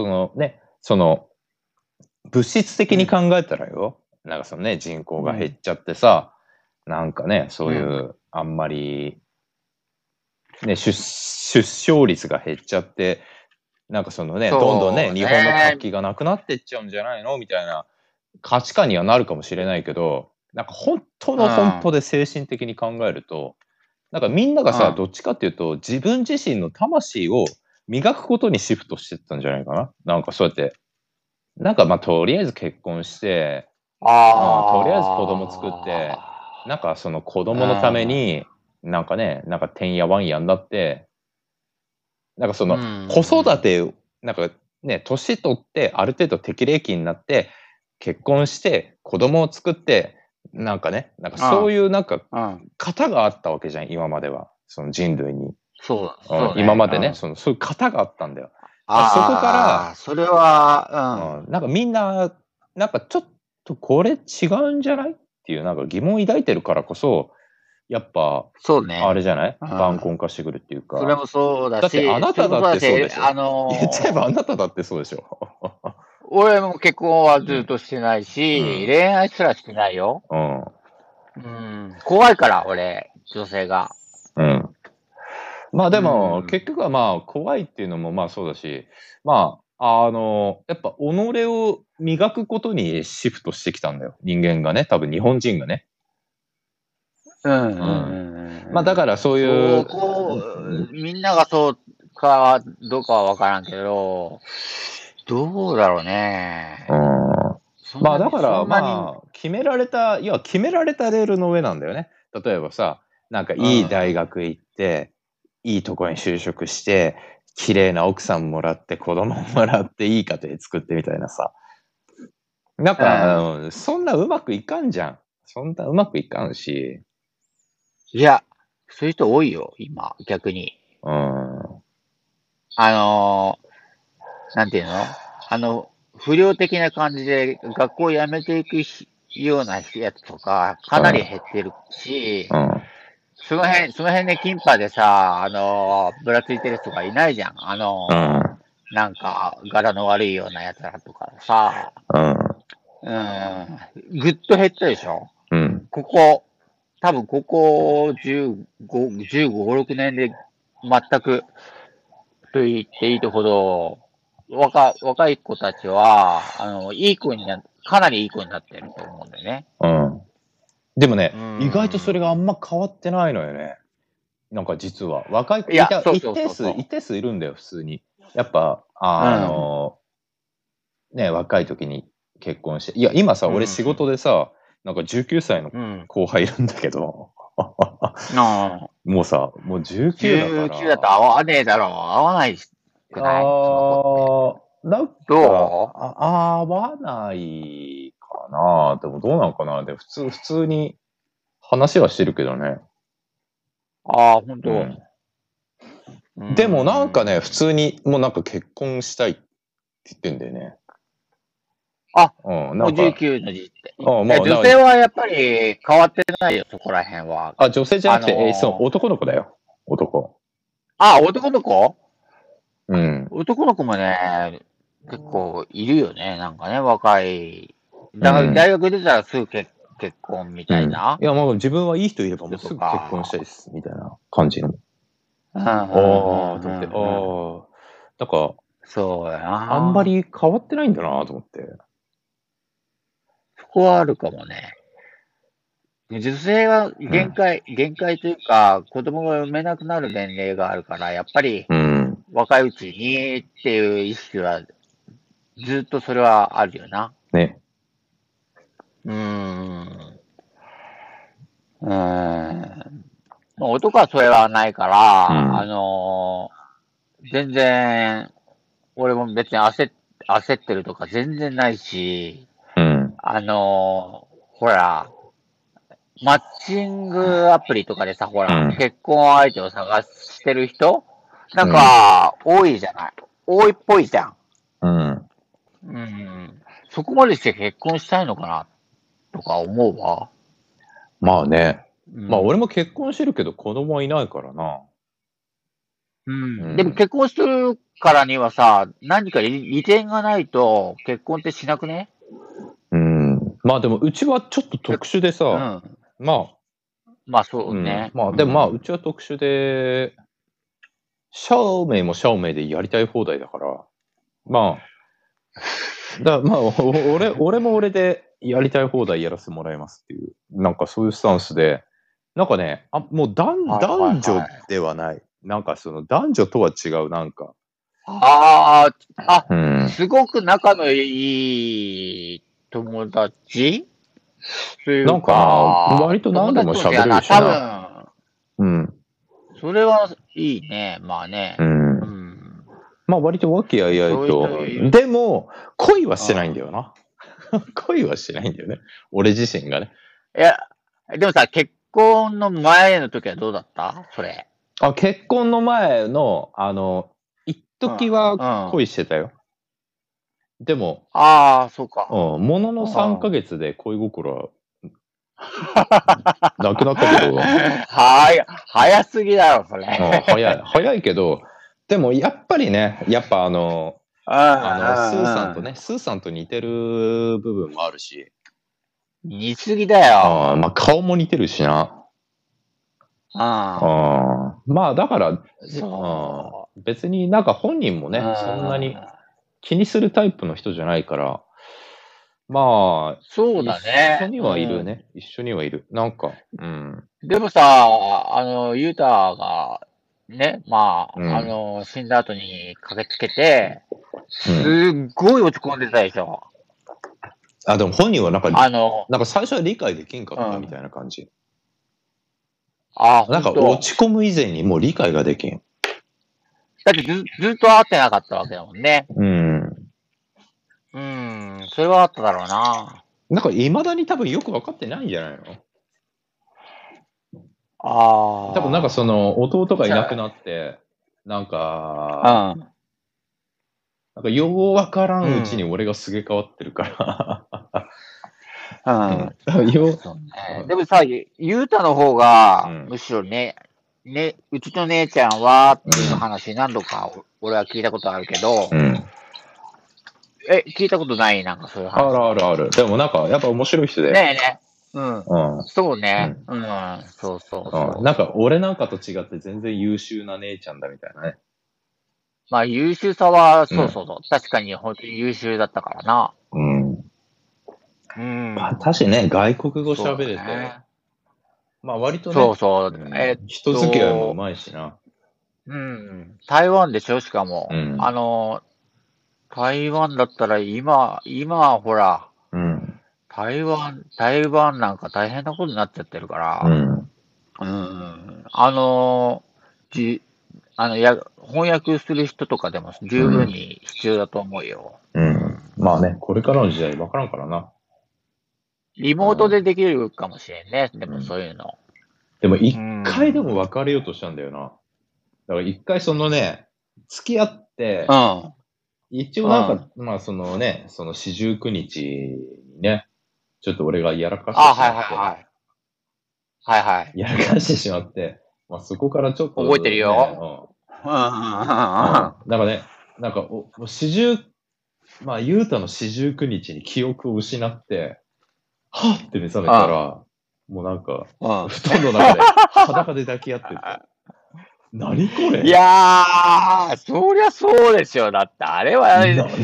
物質的に考えたらよ、なんか人口が減っちゃってさ、なんかね、そういう、あんまり、ね、出生率が減っちゃって、なんかどんどんね、日本の活気がなくなってっちゃうんじゃないのみたいな価値観にはなるかもしれないけど、なんか本当で精神的に考えると、なんかみんながさ、どっちかっていうと、自分自身の魂を磨くことにシフトしてったんじゃないかな。なんかそうやって、なんかとりあえず結婚して、とりあえず子供作って、なんかその子供のために、なんかね、なんかてんやわんやになって、なんか子育てを、なんかね、年取ってある程度適齢期になって、結婚して子供を作って、なんかね、なんかそういうなんか、型があったわけじゃん、今までは。その人類に。 そう今までね、そういう型があったんだよ。そこから、 それは、 なんかみんな、なんかちょっとこれ違うんじゃないっていうなんか疑問を抱いてるからこそ、やっぱ、あれじゃない、晩婚化してくるっていうか。 それもそうだし。 だってあなただってそうでしょ。言っちゃえばあなただってそうでしょ。 俺も結婚はずっとしてないし、恋愛すらしてないよ。怖いから、俺、女性が。 まあでも、結局は怖いっていうのもそうだし、やっぱ己を磨くことにシフトしてきたんだよ。人間がね、多分日本人がね。だからそういう。 みんながそうかどうかはわからんけど、どうだろうね。 だから決められたレールの上なんだよね。例えばさ、なんかいい大学行って、いいところに就職して、綺麗な奥さんもらって、子供もらって、いい家庭作ってみたいなさ。なんか、そんなうまくいかんじゃん。そんなうまくいかんし。 いや、そういう人多いよ、今、逆に。なんていうの不良的な感じで学校を辞めていくようなやつとか、かなり減ってるし、その辺でキンパでさ、ぶらついてる人がいないじゃん。なんか、柄の悪いようなやつらとかさ、ぐっと減ったでしょ。多分ここ15、6年で全くと言っていいほど、若い子たちは、かなりいい子になってると思うんだよね。 でもね、意外とそれがあんま変わってないのよね。なんか実は。若い子、一定数いるんだよ、普通に。やっぱ、ね、若い時に結婚して。いや、今さ、俺仕事でさ、なんか19歳の後輩いるんだけど、もうさ、もう19だから。 19だと合わねえだろう。合わないくないなんか、合わないかな。でもどうなのかな。でも普通に話はしてるけどね。 本当。 でもなんかね、普通にもうなんか結婚したいって言ってんだよね。 もう19の時点。女性はやっぱり変わってないよ、そこら辺は。 女性じゃなくて、男の子だよ。男。 男の子？ うん。 男の子もね、結構いるよね、なんかね、若い。大学出たらすぐ結婚みたいな。 いや、もう自分はいい人いればもうすぐ結婚したいです、みたいな感じの。と思って、なんか、 そうやな。 あんまり変わってないんだなと思って。 そこはあるかもね。女性は限界というか、子供が産めなくなる年齢があるから、やっぱり、若いうちにっていう意識は、ずっとそれはあるよな。 ね。 男はそれはないから、全然、俺も別に焦ってるとか全然ないし、ほら、マッチングアプリとかでさ、ほら、結婚相手を探してる人なんか、多いじゃない。多いっぽいじゃん。そこまでして結婚したいのかなとか思うわ。 まあね。まあ俺も結婚してるけど子供はいないからな。 でも結婚するからにはさ、何か利点がないと結婚ってしなくね？ まあでもうちはちょっと特殊でさ、まあそうね。 でもうちは特殊で、シャオメイもシャオメイでやりたい放題だから、俺も俺でやりたい放題やらせてもらいますっていう、なんかそういうスタンスで、なんかね、もう男女ではない。なんかその男女とは違う、なんか。 すごく仲のいい友達なんかな、割と何でも喋れるしな。 それはいいね、まあね。 まあ割と和気あいあいと。でも、恋はしてないんだよな。恋はしてないんだよね。俺自身がね。 いや、でもさ、結婚の前の時はどうだったそれ。 結婚の前の、一時は恋してたよ。でも、 そうか。 ものの3ヶ月で恋心は、なくなったけど。 早すぎだろ、それ。 早いけど、でもやっぱりね、スーさんと似てる部分もあるし。 似すぎだよ。 まあ顔も似てるしな。まあだから、別になんか本人もね、そんなに気にするタイプの人じゃないから、まあ、 そうだね。 一緒にはいるね。一緒にはいる。なんか、 でもさ、ユータが、ね、死んだ後に駆けつけて、すっごい落ち込んでたでしょ。 でも本人はなんか最初は理解できんかったみたいな感じ。なんか落ち込む以前にもう理解ができん。 だってずっと会ってなかったわけだもんね。それはあっただろうな。 なんか未だに多分よく分かってないんじゃないの？多分なんかその弟がいなくなって、なんかよう分からんうちに俺がすげ変わってるから。 でもさ、ゆうたの方が、むしろね、うちの姉ちゃんはっていう話何度か俺は聞いたことあるけど、聞いたことないなんかそういう話。 ある。でもなんか、やっぱ面白い人で。 ねえ。そうね。そう。 なんか、俺なんかと違って全然優秀な姉ちゃんだみたいなね。 まあ、優秀さは、そう。確かに本当に優秀だったからな。 確かにね、外国語喋れて。まあ、割とね。人付き合いもうまいしな。 台湾でしょ、しかも。台湾だったら今ほら、台湾なんか大変なことになっちゃってるから、翻訳する人とかでも十分に必要だと思うよ。 まあね、これからの時代分からんからな。 リモートでできるかもしれんね、でもそういうの。 でも一回でも別れようとしたんだよな。だから一回そのね、付き合って、一応なんか、まあそのね、その四十九日にね、ちょっと俺がやらかしてしまって。やらかしてしまって、まあそこからちょっと、 覚えてるよ。 なんかね、なんか、まあ、ゆうたの四十九日に記憶を失って、はっって目覚めたら、もうなんか、布団の中で裸で抱き合ってて。何これ？ いやー、そりゃそうですよ。だってあれは、 何こ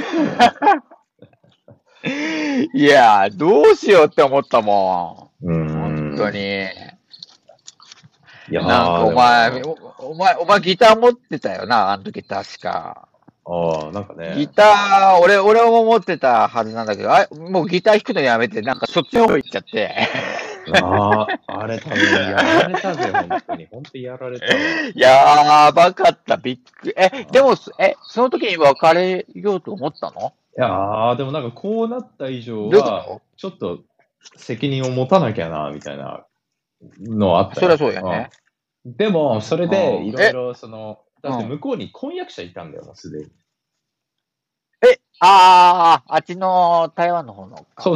れいやー、どうしようって思ったもん。本当に。いやなんかお前ギター持ってたよな、あの時確か。 なんかね。 ギター、俺も持ってたはずなんだけど、もうギター弾くのやめて、なんかそっちの方行っちゃって。 あれ多分やられたぜ、本当に。本当にやられたわ。 やばかった、びっくり。でも、その時に別れようと思ったの？ いやでもなんかこうなった以上は、ちょっと責任を持たなきゃな、みたいなのあった。 そりゃそうやね。 でも、それでいろいろだって向こうに婚約者いたんだよ、もうすでに。 あっちの台湾の方の。 そう、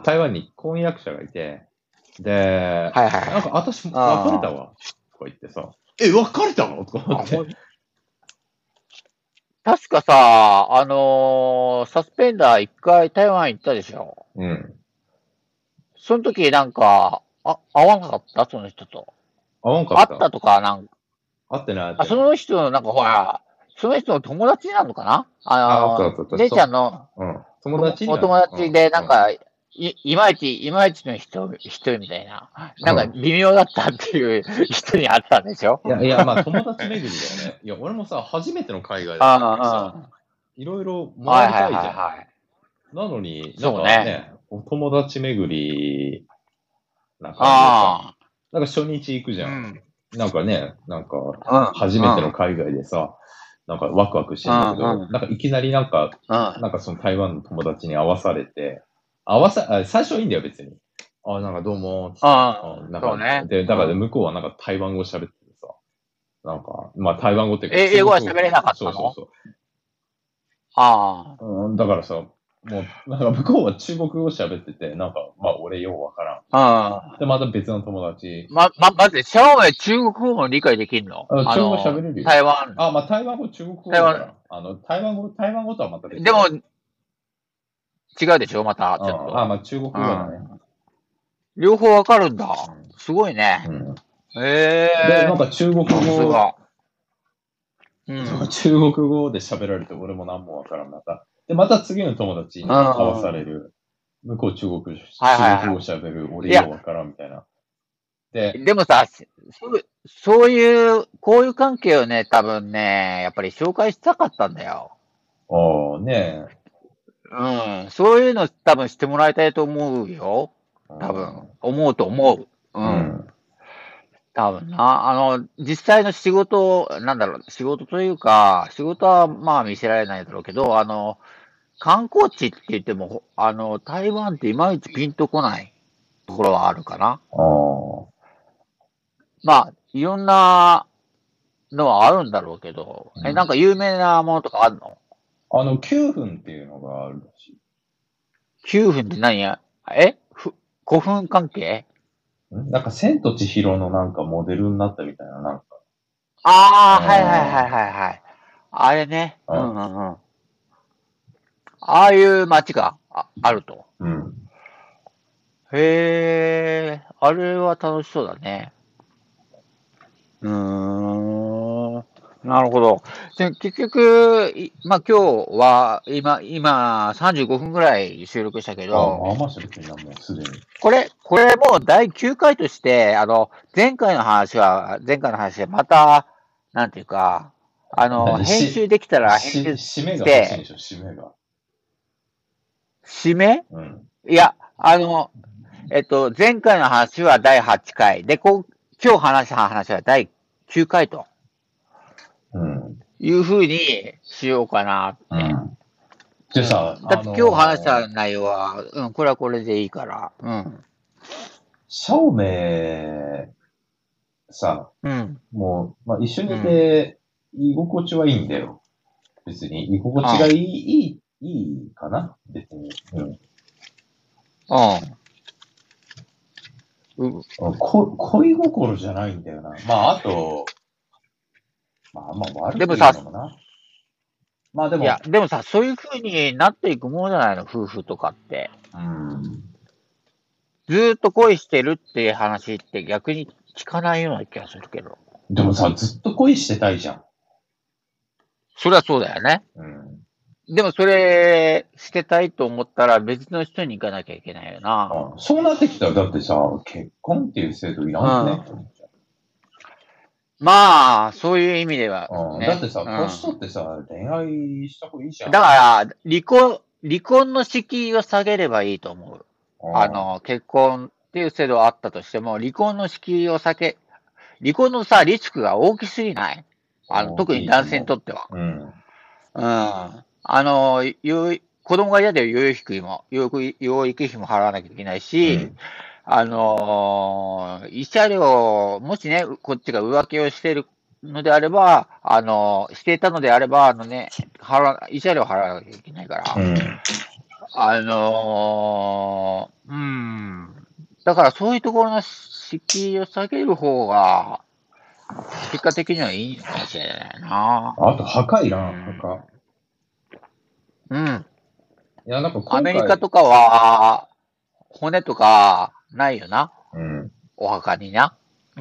台湾に婚約者がいて、で、なんか私、別れたわ、とか言ってさ、別れたのとか思って。 確かさ、サスペンダー一回台湾行ったでしょ。その時なんか、会わなかったその人と。 会わんかった。 会ったとか、なんか。 会ってない。 その人、なんかほら、その人の友達なのかな姉ちゃんの、 友達で、なんか、いまいちの人みたいな。なんか微妙だったっていう人に会ったんでしょ？ いや、まあ友達巡りだよね。いや、俺もさ、初めての海外だからさ、いろいろもらいたいじゃん。なのに、なんかね、お友達巡りな感じでさ、なんか初日行くじゃん。なんかね、なんか、初めての海外でさ、なんかワクワクしてんだけど、なんかいきなりなんかその台湾の友達に会わされて、最初はいいんだよ、別に。なんかどうも、なんか、で、だから向こうはなんか台湾語喋っててさ、なんか、まあ台湾語っていうか、 英語は喋れなかったの？ そう。だからさ、もう、なんか向こうは中国語喋ってて、なんか、まあ俺ようわからん。で、また別の友達。 待って、シャオメ中国語も理解できんの？ 中国語喋れるよ。 台湾。 まあ台湾語、中国語だから。台湾語とはまた別。 でも、違うでしょまた、ちょっと。 まあ中国語だね。 両方わかるんだ。すごいね。 で、なんか中国語。中国語で喋られて俺も何もわからんなった。で、また次の友達に会わされる。向こう中国語喋る。俺ようわからんみたいな。 でもさ、そういう、交友関係をね、多分ね、やっぱり紹介したかったんだよ。 ねえ。そういうの多分してもらいたいと思うよ。多分。思うと思う。多分な。実際の仕事、仕事というか、仕事はまあ見せられないだろうけど、観光地って言っても、台湾っていまいちピンとこないところはあるかな。まあ、いろんなのはあるんだろうけど、なんか有名なものとかあるの ？9分っていうのがあるらしい。 9分って何や？ 古墳関係？ なんか、千と千尋のなんかモデルになったみたいな、なんか。 ああ、はいはいはいはいはい。あれね。うんうんうん。ああいう街があると。 うん。 へえ、あれは楽しそうだね。なるほど。で、結局、まあ今日は、今35分ぐらい収録したけど、 まあまあ喋ってんな、もうすでに。 これもう第9回として、前回の話でまた、なんていうか、編集できたら編集締めしが欲しいでて、 しょ、締めが。 締めうん。 いや、前回の話は第8回。で、今日話した話は第9回とうん。 いうふうにしようかなって。 でさ、 だって今日話した内容は、これはこれでいいから。 シャオメさ、もう、まあ、一緒にいて、居心地はいいんだよ。別に、居心地がいいかな別に。恋心じゃないんだよな。まあ、あと、まあ、あんま悪く言うのもな。まあでも。 いや、でもさ、そういう風になっていくものじゃないの、夫婦とかって。ずーっと恋してるっていう話って逆に聞かないような気がするけど。 でもさ、ずっと恋してたいじゃん。 そりゃそうだよね。でもそれ、してたいと思ったら別の人に行かなきゃいけないよな。 そうなってきたら、だってさ、結婚っていう制度いらんくね、 まあ、そういう意味では、ね。 だってさ、年取ってさ、恋愛した方がいいじゃん。 だから、離婚の敷居を下げればいいと思う。結婚っていう制度はあったとしても、離婚の敷居を離婚のさ、リスクが大きすぎない？特に男性にとっては。子供が嫌で養育費も払わなきゃいけないし、慰謝料、もしね、こっちが浮気をしているのであれば、していたのであれば、慰謝料払わなきゃいけないから、だからそういうところの敷居を下げる方が、結果的にはいいのかもしれないな。 あと、墓いらん、墓。いや、なんかアメリカとかは、骨とかないよな。お墓にな。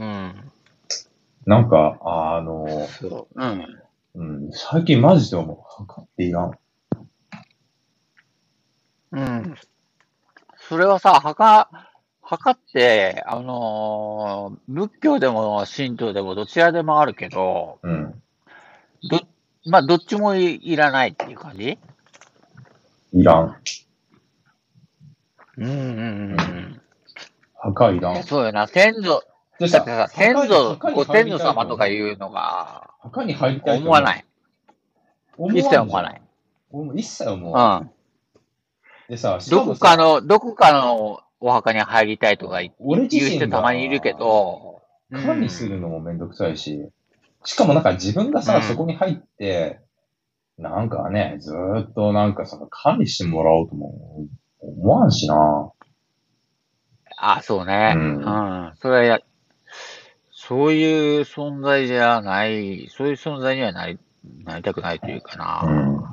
なんか、最近マジで思う。墓っていらん。 それはさ、墓って、仏教でも神道でもどちらでもあるけど、まあ、どっちもいらないっていう感じ？ いらん。墓いらん。 そうよな、先祖、だってさ、ご先祖様とかいうのが、 墓に入りたい思わない。一切思わない。 一切思わない。でさ、 どこかのお墓に入りたいとか言う人たまにいるけど、 管理するのもめんどくさいし、しかもなんか自分がさ、そこに入って、なんかね、ずーっとなんかさ、管理してもらおうとも思わんしな。 そうね。それはそういう存在じゃない、そういう存在にはなりたくないというかな。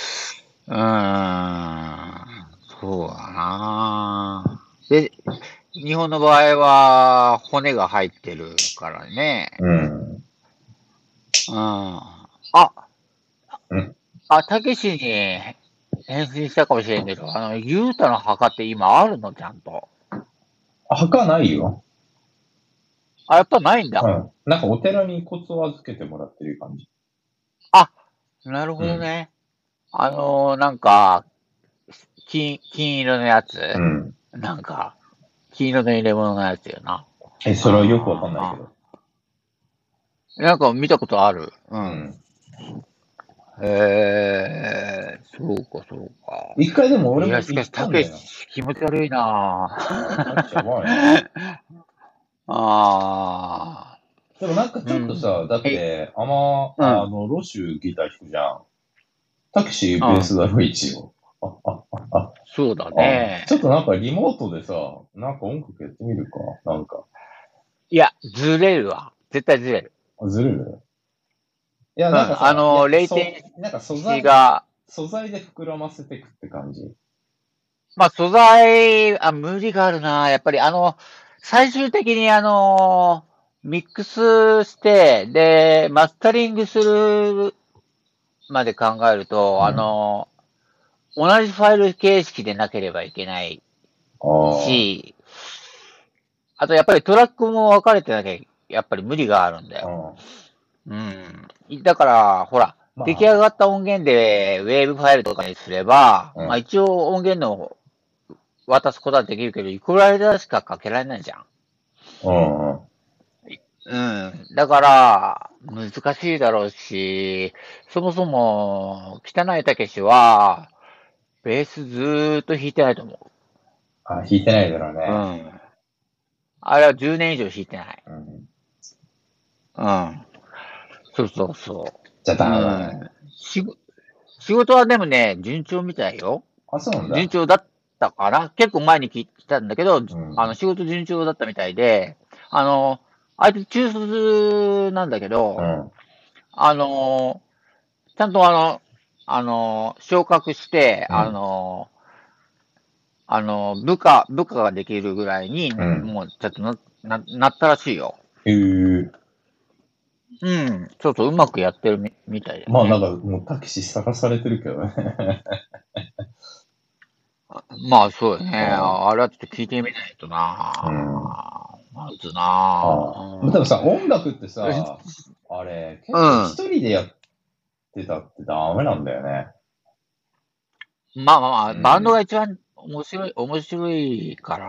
そうだな。で、日本の場合は骨が入ってるからね。たけしに返信したかもしれんけど、ゆうたの墓って今あるのちゃんと。 墓ないよ。 やっぱないんだ。 なんかお寺に骨を預けてもらってる感じ。 なるほどね。なんか、金色のやつ、なんか、金色の入れ物のやつよな。 それはよくわかんないけど。 なんか見たことある。そうか、そうか。 一回でも俺もしかし、たけし気持ち悪いなでもなんかちょっとさ、だって、ロシュギター弾くじゃん。たけしベースだろ、一応。 そうだね。 ちょっとなんかリモートでさ、なんか音楽やってみるかなんか。 いや、ずれるわ。絶対ずれる。 ずれるいや、なんかさ、なんか素材で膨らませていくって感じ。 まあ素材、無理があるな。やっぱり最終的にミックスして、で、マスタリングするまで考えると、同じファイル形式でなければいけないし、あとやっぱりトラックも分かれてなきゃ、やっぱり無理があるんだよ。うん。だから、ほら、出来上がった音源でウェーブファイルとかにすれば、まあ一応音源の渡すことはできるけど、イコライザーしかかけられないじゃん。だから、難しいだろうし、そもそも、汚いたけしは、ベースずーっと弾いてないと思う。 弾いてないだろうね。 あれは10年以上弾いてない。そうそうそう。 じゃあダメだね。 仕事はでもね、順調みたいよ。 そうなんだ。 順調だったかな。結構前に聞いたんだけど、仕事順調だったみたいで、あいつ中卒なんだけど、ちゃんと昇格して、部下ができるぐらいに、もうちょっとなったらしいよ。そうそう、うまくやってるみたいで、ね。 まあなんか、もうタキシ探されてるけどね。 まあそうよね。あれはちょっと聞いてみないとな。まずな。 でもさ、音楽ってさ、あれ、結構一人でやってたってダメなんだよね。 まあ、バンドが一番面白いから。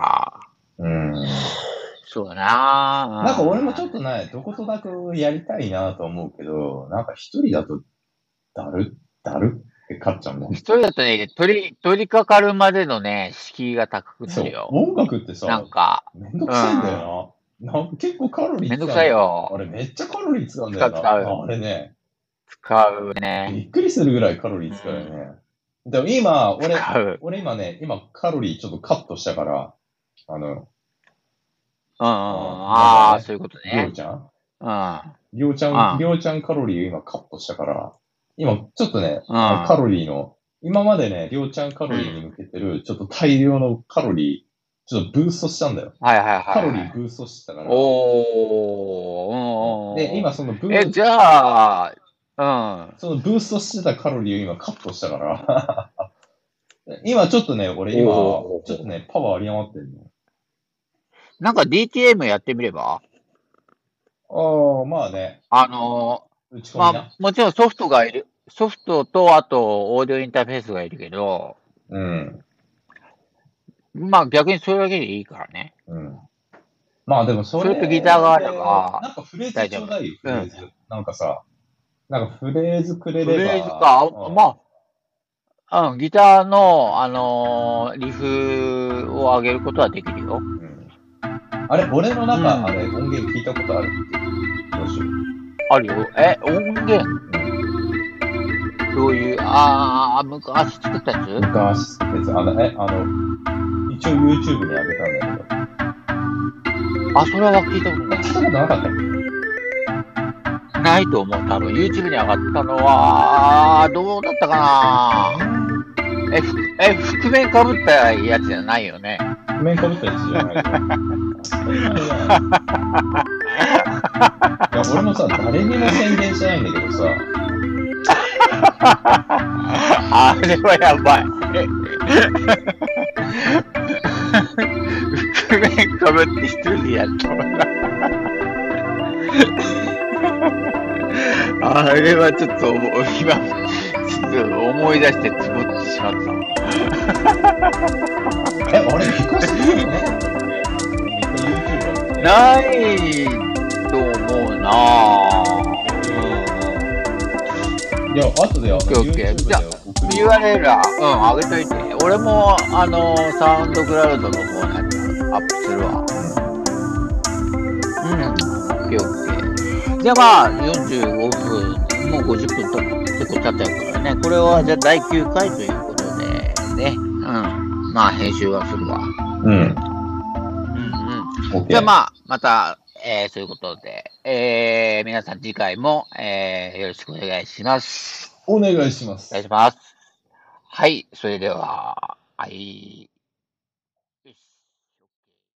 そうだな。 なんか俺もちょっとね、どことなくやりたいなと思うけど、なんか一人だと、だるって勝っちゃうんだよ。 一人だとね、取り掛かるまでのね、敷居が高くなるよ。 音楽ってさ、 なんか、 めんどくさいんだよな。なんか結構カロリー使う。 めんどくさいよ。 あれめっちゃカロリー使うんだよな。あれね。 使うね。 びっくりするぐらいカロリー使うよね。でも今、俺今ね、カロリーちょっとカットしたから、 そういうことね。 りょうちゃんりょうちゃんカロリーを今カットしたから、今ちょっとね、カロリーの、今までね、りょうちゃんカロリーに向けてる、ちょっと大量のカロリー、ちょっとブーストしたんだよ。カロリーブーストしてたから。で、今そのブースト。 じゃあ、 そのブーストしてたカロリーを今カットしたから。今ちょっとね、俺今、ちょっとね、パワー有り余ってるの。 なんか DTM やってみれば？ まあね。 まあ、もちろんソフトがいる。ソフトと、あと、オーディオインターフェースがいるけど、まあ逆にそれだけでいいからね。 まあでもそれとギターがあれば、 なんかフレーズちょうだいよ、フレーズ。なんかさ、なんかフレーズくれれば。 フレーズか、まあ、ギターの、リフを上げることはできるよ。 あれ、俺の中、あれ、音源聞いたことあるってどうしよう。 あるよ。音源どういう、昔作ったやつ？ 昔作ったやつ。一応 YouTube に上げたんだけど。それは聞いたことない。 聞いたことなかったっけ？ないと思う。多分 YouTube に上がったのは、どうだったかな？覆面かぶったやつじゃないよね。 覆面かぶったやつじゃないよ。いや、俺もさ、誰にも宣伝してないんだけどさ。 あれはやばい。覆面かぶって一人でやったもんな。あれはちょっと今、思い出してつぼってしまった。 あれ、聞かせてないと思うなぁ。 いや、後でじゃあ、URL は、上げといて。俺も、サウンドクラウドの方にアップするわ。じゃあまあ、45分、もう50分と結構経っちゃうからね。これはじゃあ第9回ということでね。 まあ、編集はするわ。 うん。 じゃあまあ、また、そういうことで、皆さん次回も、よろしくお願いします。 お願いします。 お願いします。はい、それでは、はい。